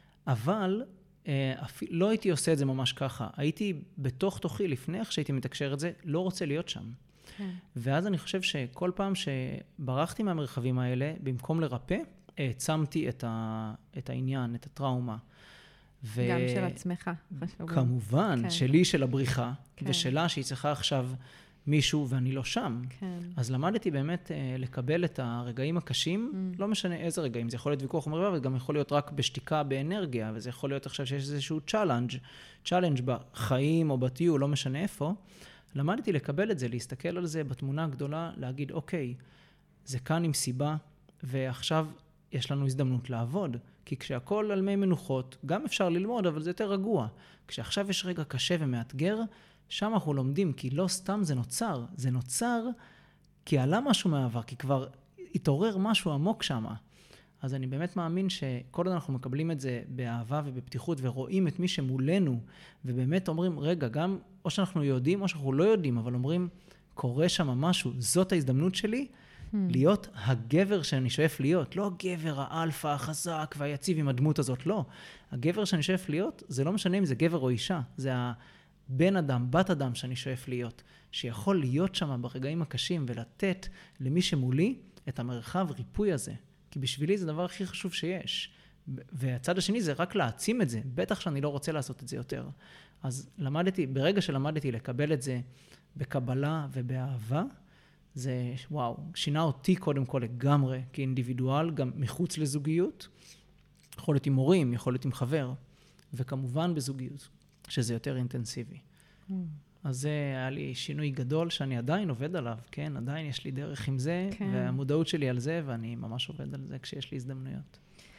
אבל אה, לא הייתי עושה את זה ממש ככה. הייתי בתוך תוכי, לפני איך שהייתי מתקשר את זה, לא רוצה להיות שם. כן. ואז אני חושב שכל פעם שברחתי מהמרחבים האלה, במקום לרפא, העצמתי את, ה, את העניין, את הטראומה. ו... גם של עצמך. כמובן, כן. שלי של הבריחה, כן. ושלה שהיא צריכה עכשיו מישהו ואני לא שם. כן. אז למדתי באמת לקבל את הרגעים הקשים, mm. לא משנה איזה רגעים, זה יכול להיות ויכוח ומריבה, וגם יכול להיות רק בשתיקה באנרגיה, וזה יכול להיות עכשיו שיש איזשהו צ'אלנג', צ'אלנג' בחיים או בטיול, לא משנה איפה. למדתי לקבל את זה, להסתכל על זה בתמונה הגדולה, להגיד, אוקיי, זה כאן עם סיבה, ועכשיו יש לנו הזדמנות לעבוד. כי כשהכל על מי מנוחות, גם אפשר ללמוד, אבל זה יותר רגוע. כשעכשיו יש רגע קשה ומאתגר, שם אנחנו לומדים, כי לא סתם זה נוצר. זה נוצר כי עלה משהו מהעבר, כי כבר התעורר משהו עמוק שם. אז אני באמת מאמין שכל עוד אנחנו מקבלים את זה באהבה ובפתיחות, ורואים את מי שמולנו, ובאמת אומרים, רגע, גם או שאנחנו יודעים או שאנחנו לא יודעים, אבל אומרים, קורה שם משהו, זאת ההזדמנות שלי, hmm. להיות הגבר שאני שואף להיות. לא הגבר האלפא, החזק והיציב עם הדמות הזאת, לא. הגבר שאני שואף להיות, זה לא משנה אם זה גבר או אישה, זה הבן אדם, בת אדם שאני שואף להיות, שיכול להיות שם ברגעים הקשים, ולתת למי שמולי את המרחב ריפוי הזה. כי בשבילי זה הדבר הכי חשוב שיש. והצד השני זה רק להעצים את זה. בטח שאני לא רוצה לעשות את זה יותר. אז למדתי, ברגע שלמדתי לקבל את זה בקבלה ובאהבה, זה, וואו, שינה אותי קודם כל לגמרי כאינדיבידואל, גם מחוץ לזוגיות. יכול להיות עם הורים, יכול להיות עם חבר, וכמובן בזוגיות, שזה יותר אינטנסיבי. Mm. אז זה היה לי שינוי גדול שאני עדיין עובד עליו, כן? עדיין יש לי דרך עם זה, כן. והמודעות שלי על זה, ואני ממש עובד על זה כשיש לי הזדמנויות.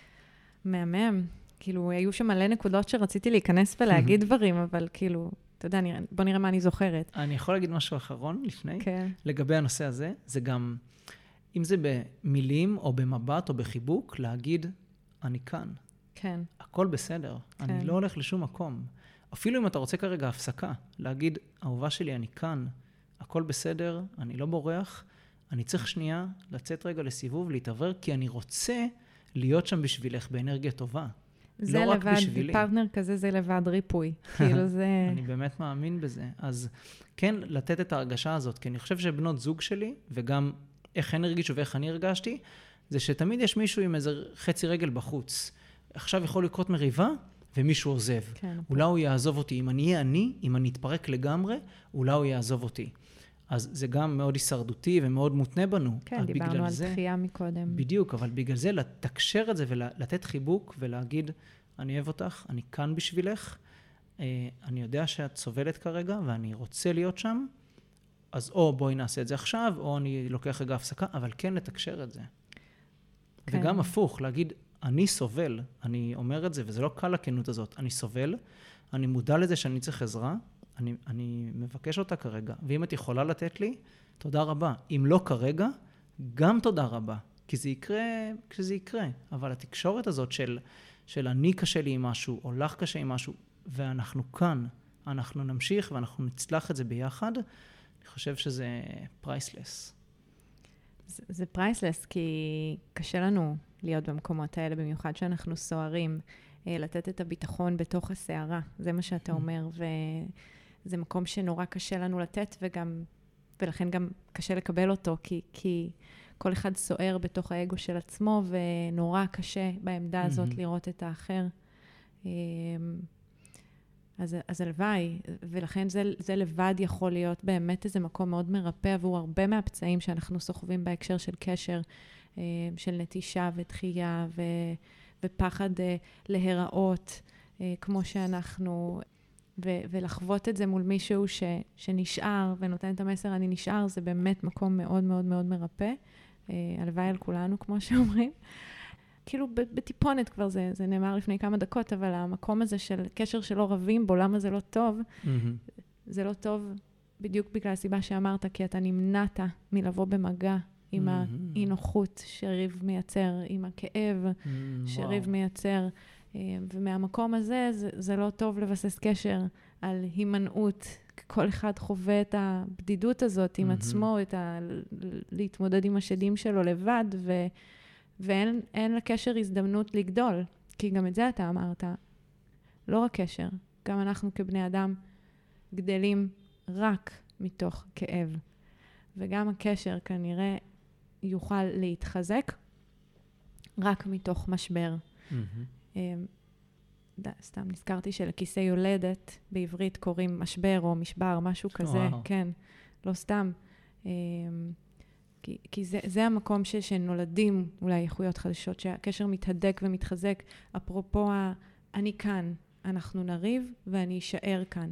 מהמם. כאילו, היו שם מלא נקודות שרציתי להיכנס ולהגיד דברים, אבל כאילו, אתה יודע, בוא נראה מה אני זוכרת. אני יכול להגיד משהו אחרון לפני? כן. לגבי הנושא הזה, זה גם, אם זה במילים או במבט או בחיבוק, להגיד, אני כאן. כן. הכל בסדר. כן. אני לא הולך לשום מקום. אפילו אם אתה רוצה כרגע הפסקה, להגיד, אהובה שלי, אני כאן, הכל בסדר, אני לא בורח, אני צריך שנייה לצאת רגע לסיבוב, להתעבר, כי אני רוצה להיות שם בשבילך באנרגיה טובה. זה לא לבד, פרטנר כזה זה לבד ריפוי. כאילו זה... אני באמת מאמין בזה. אז כן, לתת את ההרגשה הזאת, כי אני חושב שבנות זוג שלי, וגם איך הן הרגישו ואיך אני הרגשתי, זה שתמיד יש מישהו עם איזה חצי רגל בחוץ. עכשיו יכול לקרות מריבה, ומישהו עוזב. כן, אולי הוא יעזוב אותי. אם אני אהיה אני, אם אני אתפרק לגמרי, אולי הוא יעזוב אותי. אז זה גם מאוד הישרדותי ומאוד מותנה בנו. כן, דיברנו על זה, דחייה מקודם. בדיוק, אבל בגלל זה לתקשר את זה ולתת חיבוק ולהגיד, אני אוהב אותך, אני כאן בשבילך, אני יודע שאת סובלת כרגע ואני רוצה להיות שם, אז או בואי נעשה את זה עכשיו, או אני לוקח רגע הפסקה, אבל כן לתקשר את זה. כן. וגם הפוך, להגיד, אני סובל, אני אומר את זה, וזה לא קל הכנות הזאת, אני סובל, אני מודע לזה שאני צריך עזרה, אני, אני מבקש אותה כרגע, ואם את יכולה לתת לי, תודה רבה. אם לא כרגע, גם תודה רבה, כי זה יקרה כשזה יקרה. אבל התקשורת הזאת של, של אני קשה לי עם משהו, או לך קשה עם משהו, ואנחנו כאן, אנחנו נמשיך ואנחנו נצלח את זה ביחד, אני חושב שזה פרייסלס. זה, זה פרייסלס, כי קשה לנו להיות במקומות האלה, במיוחד שאנחנו סוערים, לתת את הביטחון בתוך הסערה. זה מה שאתה אומר, וזה מקום שנורא קשה לנו לתת, וגם, ולכן גם קשה לקבל אותו, כי, כי כל אחד סוער בתוך האגו של עצמו, ונורא קשה בעמדה הזאת לראות את האחר. אז, אז הלוואי, ולכן זה, זה לבד יכול להיות באמת איזה מקום מאוד מרפא עבור הרבה מהפצעים שאנחנו סוחבים בהקשר של קשר, של נטישה ודחייה ו, ופחד להיראות, כמו שאנחנו, ו, ולחוות את זה מול מישהו ש, שנשאר ונותן את המסר, אני נשאר, זה באמת מקום מאוד מאוד מאוד מרפא. הלוואי על כולנו, כמו שאומרים. כאילו בטיפונת כבר זה, זה נאמר לפני כמה דקות, אבל המקום הזה של קשר שלא רבים בו, למה זה לא טוב, mm-hmm. זה לא טוב בדיוק בגלל הסיבה שאמרת, כי אתה נמנעת מלבוא במגע עם mm-hmm. האי-נוחות שריב מייצר, עם הכאב mm-hmm. שריב wow. מייצר, ומהמקום הזה זה, זה לא טוב לבסס קשר על הימנעות, כל אחד חווה את הבדידות הזאת עם mm-hmm. עצמו, את ה, להתמודד עם השדים שלו לבד, ו... ואין אין לקשר הזדמנות לגדול, כי גם את זה אתה אמרת. לא רק קשר, גם אנחנו כבני אדם גדלים רק מתוך כאב. וגם הקשר כנראה יוכל להתחזק רק מתוך משבר. Mm-hmm. ד, סתם נזכרתי שלכיסא יולדת בעברית קוראים משבר או משבר, משהו כזה. וואו. כן, לא סתם. כי, כי זה, זה המקום ש, שנולדים אולי איכויות חדשות, שהקשר מתהדק ומתחזק. אפרופו, אני כאן, אנחנו נריב ואני אשאר כאן.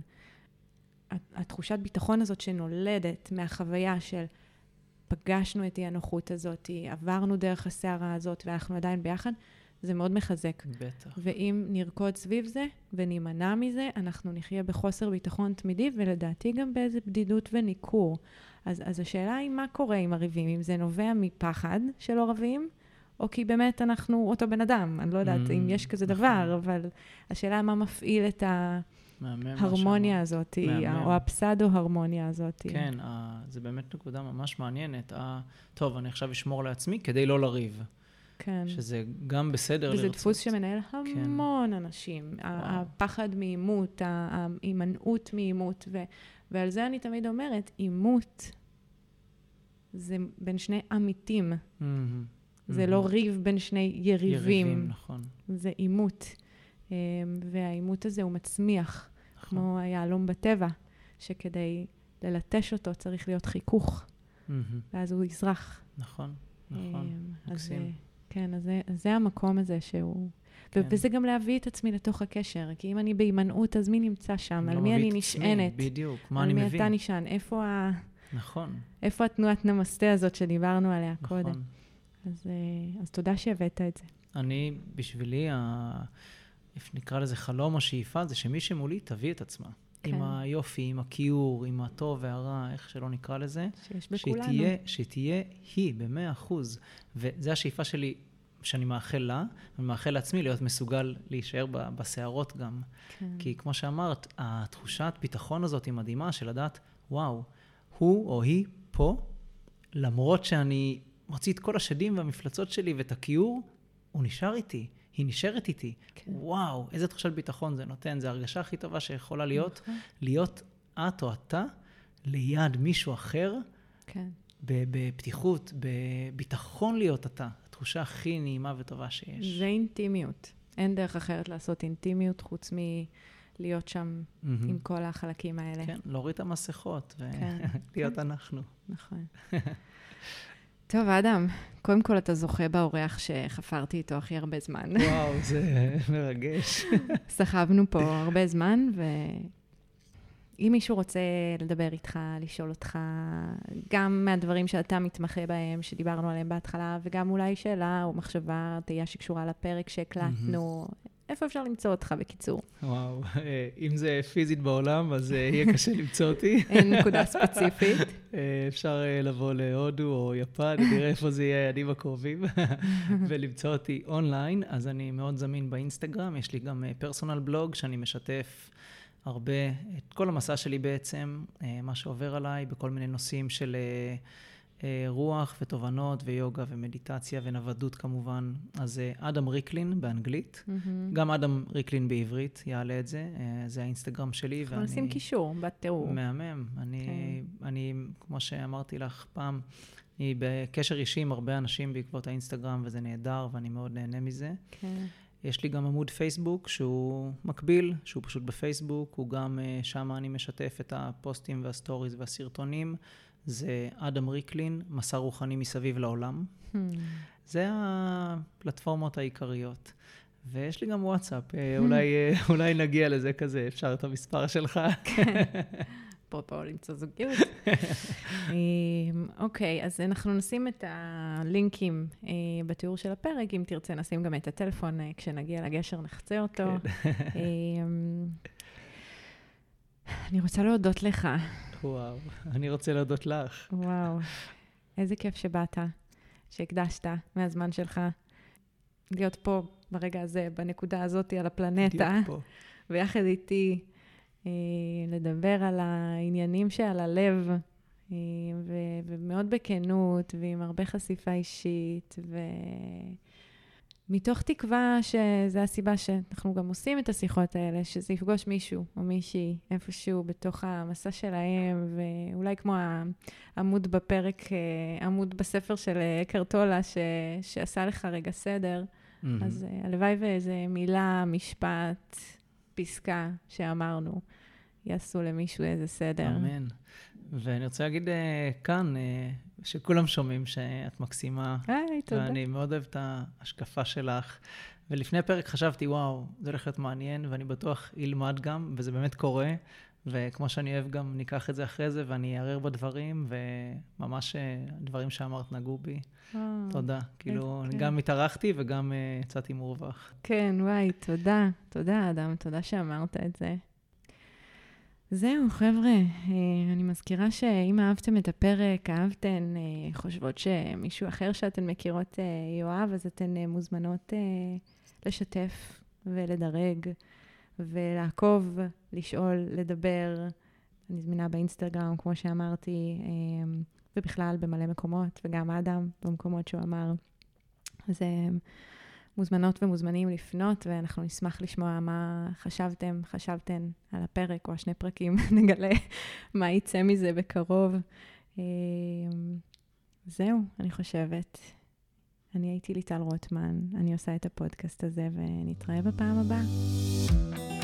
התחושת ביטחון הזאת שנולדת מהחוויה של פגשנו את האי-נוחות הזאת, עברנו דרך הסערה הזאת ואנחנו עדיין ביחד, זה מאוד מחזק. בטח. ואם נרקוד סביב זה ונימנע מזה, אנחנו נחיה בחוסר ביטחון תמידי, ולדעתי גם באיזה בדידות וניכור. אז, אז השאלה היא מה קורה עם הריבים, אם זה נובע מפחד שלא רבים, או כי באמת אנחנו אותו בן אדם, אני לא יודעת mm, אם יש כזה נכון. דבר, אבל השאלה מה מפעיל את ההרמוניה הזאת, מהמם. או הפסדו-הרמוניה הזאת. כן, זה באמת נקודה ממש מעניינת. טוב, אני עכשיו אשמור לעצמי כדי לא לריב. כן. שזה גם בסדר לרצות. וזה דפוס שמנהל המון כן. אנשים. וואו. הפחד מאימות, ההימנעות מאימות, ו- ועל זה אני תמיד אומרת, אימות זה בין שני עמיתים. Mm-hmm. זה mm-hmm. לא ריב בין שני יריבים. יריבים, נכון. זה אימות. והאימות הזה הוא מצמיח, נכון. כמו היעלום בטבע, שכדי ללטש אותו צריך להיות חיכוך, mm-hmm. ואז הוא יזרח. נכון, נכון. מקסים. כן, אז זה, אז זה המקום הזה שהוא... כן. וזה גם להביא את עצמי לתוך הקשר, כי אם אני בהימנעות, אז מי נמצא שם? על מי אני נשענת? בדיוק, מה אני מבין? על מי אתה נשען? איפה ה... נכון. איפה התנועת נמסטה הזאת שדיברנו עליה נכון. קודם? אז, אז תודה שהבאת את זה. אני, בשבילי, ה... נקרא לזה חלום או שאיפה, זה שמי שמולי תביא את עצמה. כן. עם היופי, עם הכיור, עם הטוב והרע, איך שלא נקרא לזה. שיש בכולנו. שתהיה, שתהיה היא במאה אחוז. וזה השאיפה שלי, שאני מאחל לה, אני מאחל לעצמי להיות מסוגל להישאר בסערות גם. כן. כי כמו שאמרת, התחושת ביטחון הזאת היא מדהימה, של לדעת, וואו, הוא או היא פה, למרות שאני מוציא את כל השדים והמפלצות שלי ואת הכיור, הוא נשאר איתי. היא נשארת איתי. כן. וואו, איזה תחושת ביטחון זה נותן. זו הרגשה הכי טובה שיכולה להיות, נכון. להיות את או אתה ליד מישהו אחר, כן. בפתיחות, בביטחון להיות אתה. התחושה הכי נעימה וטובה שיש. זה אינטימיות. אין דרך אחרת לעשות אינטימיות, חוץ מלהיות שם mm-hmm. עם כל החלקים האלה. כן, להוריד את המסכות ולהיות כן. אנחנו. נכון. טוב, אדם, קודם כל אתה זוכה באורח שחפרתי איתו הכי הרבה זמן. וואו, זה מרגש. סחבנו פה הרבה זמן, אם מישהו רוצה לדבר איתך, לשאול אותך, גם מהדברים שאתה מתמחה בהם, שדיברנו עליהם בהתחלה, וגם אולי שאלה או מחשבה, תהיה שקשורה לפרק שהקלטנו, איפה אפשר למצוא אותך בקיצור? וואו, אם זה פיזית בעולם, אז יהיה קשה למצוא אותי. אין נקודה ספציפית. אפשר לבוא להודו או יפן, נראה איפה זה יהיה היעדים הקרובים, ולמצוא אותי אונליין. אז אני מאוד זמין באינסטגרם, יש לי גם פרסונל בלוג שאני משתף הרבה, את כל המסע שלי בעצם, מה שעובר עליי בכל מיני נושאים של רוח ותובנות ויוגה ומדיטציה ונוודות כמובן. אז אדם ריקלין באנגלית, mm-hmm. גם אדם ריקלין בעברית יעלה את זה, זה האינסטגרם שלי. אנחנו נשים קישור בתיאור. מהמם. אני, okay. אני, כמו שאמרתי לך פעם, אני בקשר אישי עם הרבה אנשים בעקבות האינסטגרם, וזה נהדר ואני מאוד נהנה מזה. כן. Okay. יש לי גם עמוד פייסבוק שהוא מקביל, שהוא פשוט בפייסבוק, הוא גם שם אני משתף את הפוסטים והסטוריז והסרטונים. זה אדם ריקלין, מסע רוחני מסביב לעולם. Hmm. זה הפלטפורמות העיקריות. ויש לי גם וואטסאפ, אולי, אולי נגיע לזה כזה, אפשר את המספר שלך. אפרופו למצוא זוגיות. אוקיי, אז אנחנו נשים את הלינקים בתיאור של הפרק, אם תרצה נשים גם את הטלפון, כשנגיע לגשר נחצה אותו. אני רוצה להודות לך. וואו, אני רוצה להודות לך. וואו, איזה כיף שבאת, שהקדשת מהזמן שלך, להיות פה ברגע הזה, בנקודה הזאת על הפלנטה, ויחד איתי, לדבר על העניינים שעל הלב, ומאוד בכנות, ועם הרבה חשיפה אישית, ומתוך תקווה שזה הסיבה שאנחנו גם עושים את השיחות האלה, שזה יפגוש מישהו או מישהי איפשהו בתוך המסע שלהם, ואולי כמו העמוד בפרק, עמוד בספר של קרטולה, שעשה לך רגע סדר, mm-hmm. אז הלוואי ואיזה מילה, משפט, פסקה שאמרנו, יעשו למישהו איזה סדר. אמן. ואני רוצה להגיד uh, כאן, uh, שכולם שומעים שאת מקסימה. היי, תודה. ואני מאוד אוהב את ההשקפה שלך. ולפני הפרק חשבתי, וואו, זה הולך להיות מעניין, ואני בטוח ילמד גם, וזה באמת קורה. וכמו שאני אוהב גם, ניקח את זה אחרי זה, ואני אערר בדברים, וממש דברים שאמרת נגעו בי. וואו, תודה. כאילו, אני גם התארחתי וגם uh, יצאתי מורווח. כן, וואי, תודה. תודה, אדם. תודה שאמרת את זה. זהו, חבר'ה, אני מזכירה שאם אהבתם את הפרק, אהבתן, חושבות שמישהו אחר שאתן מכירות יואב, אז אתן מוזמנות לשתף ולדרג ולעקוב, לשאול, לדבר. אני זמינה באינסטגרם, כמו שאמרתי, ובכלל במלא מקומות, וגם אדם במקומות שהוא אמר. אז מוזמנות ומוזמנים לפנות, ואנחנו נשמח לשמוע מה חשבתם, חשבתן על הפרק או השני פרקים, נגלה מה יצא מזה בקרוב. זהו, אני חושבת. אני הייתי ליטל רוטמן, אני עושה את הפודקאסט הזה, ונתראה בפעם הבאה.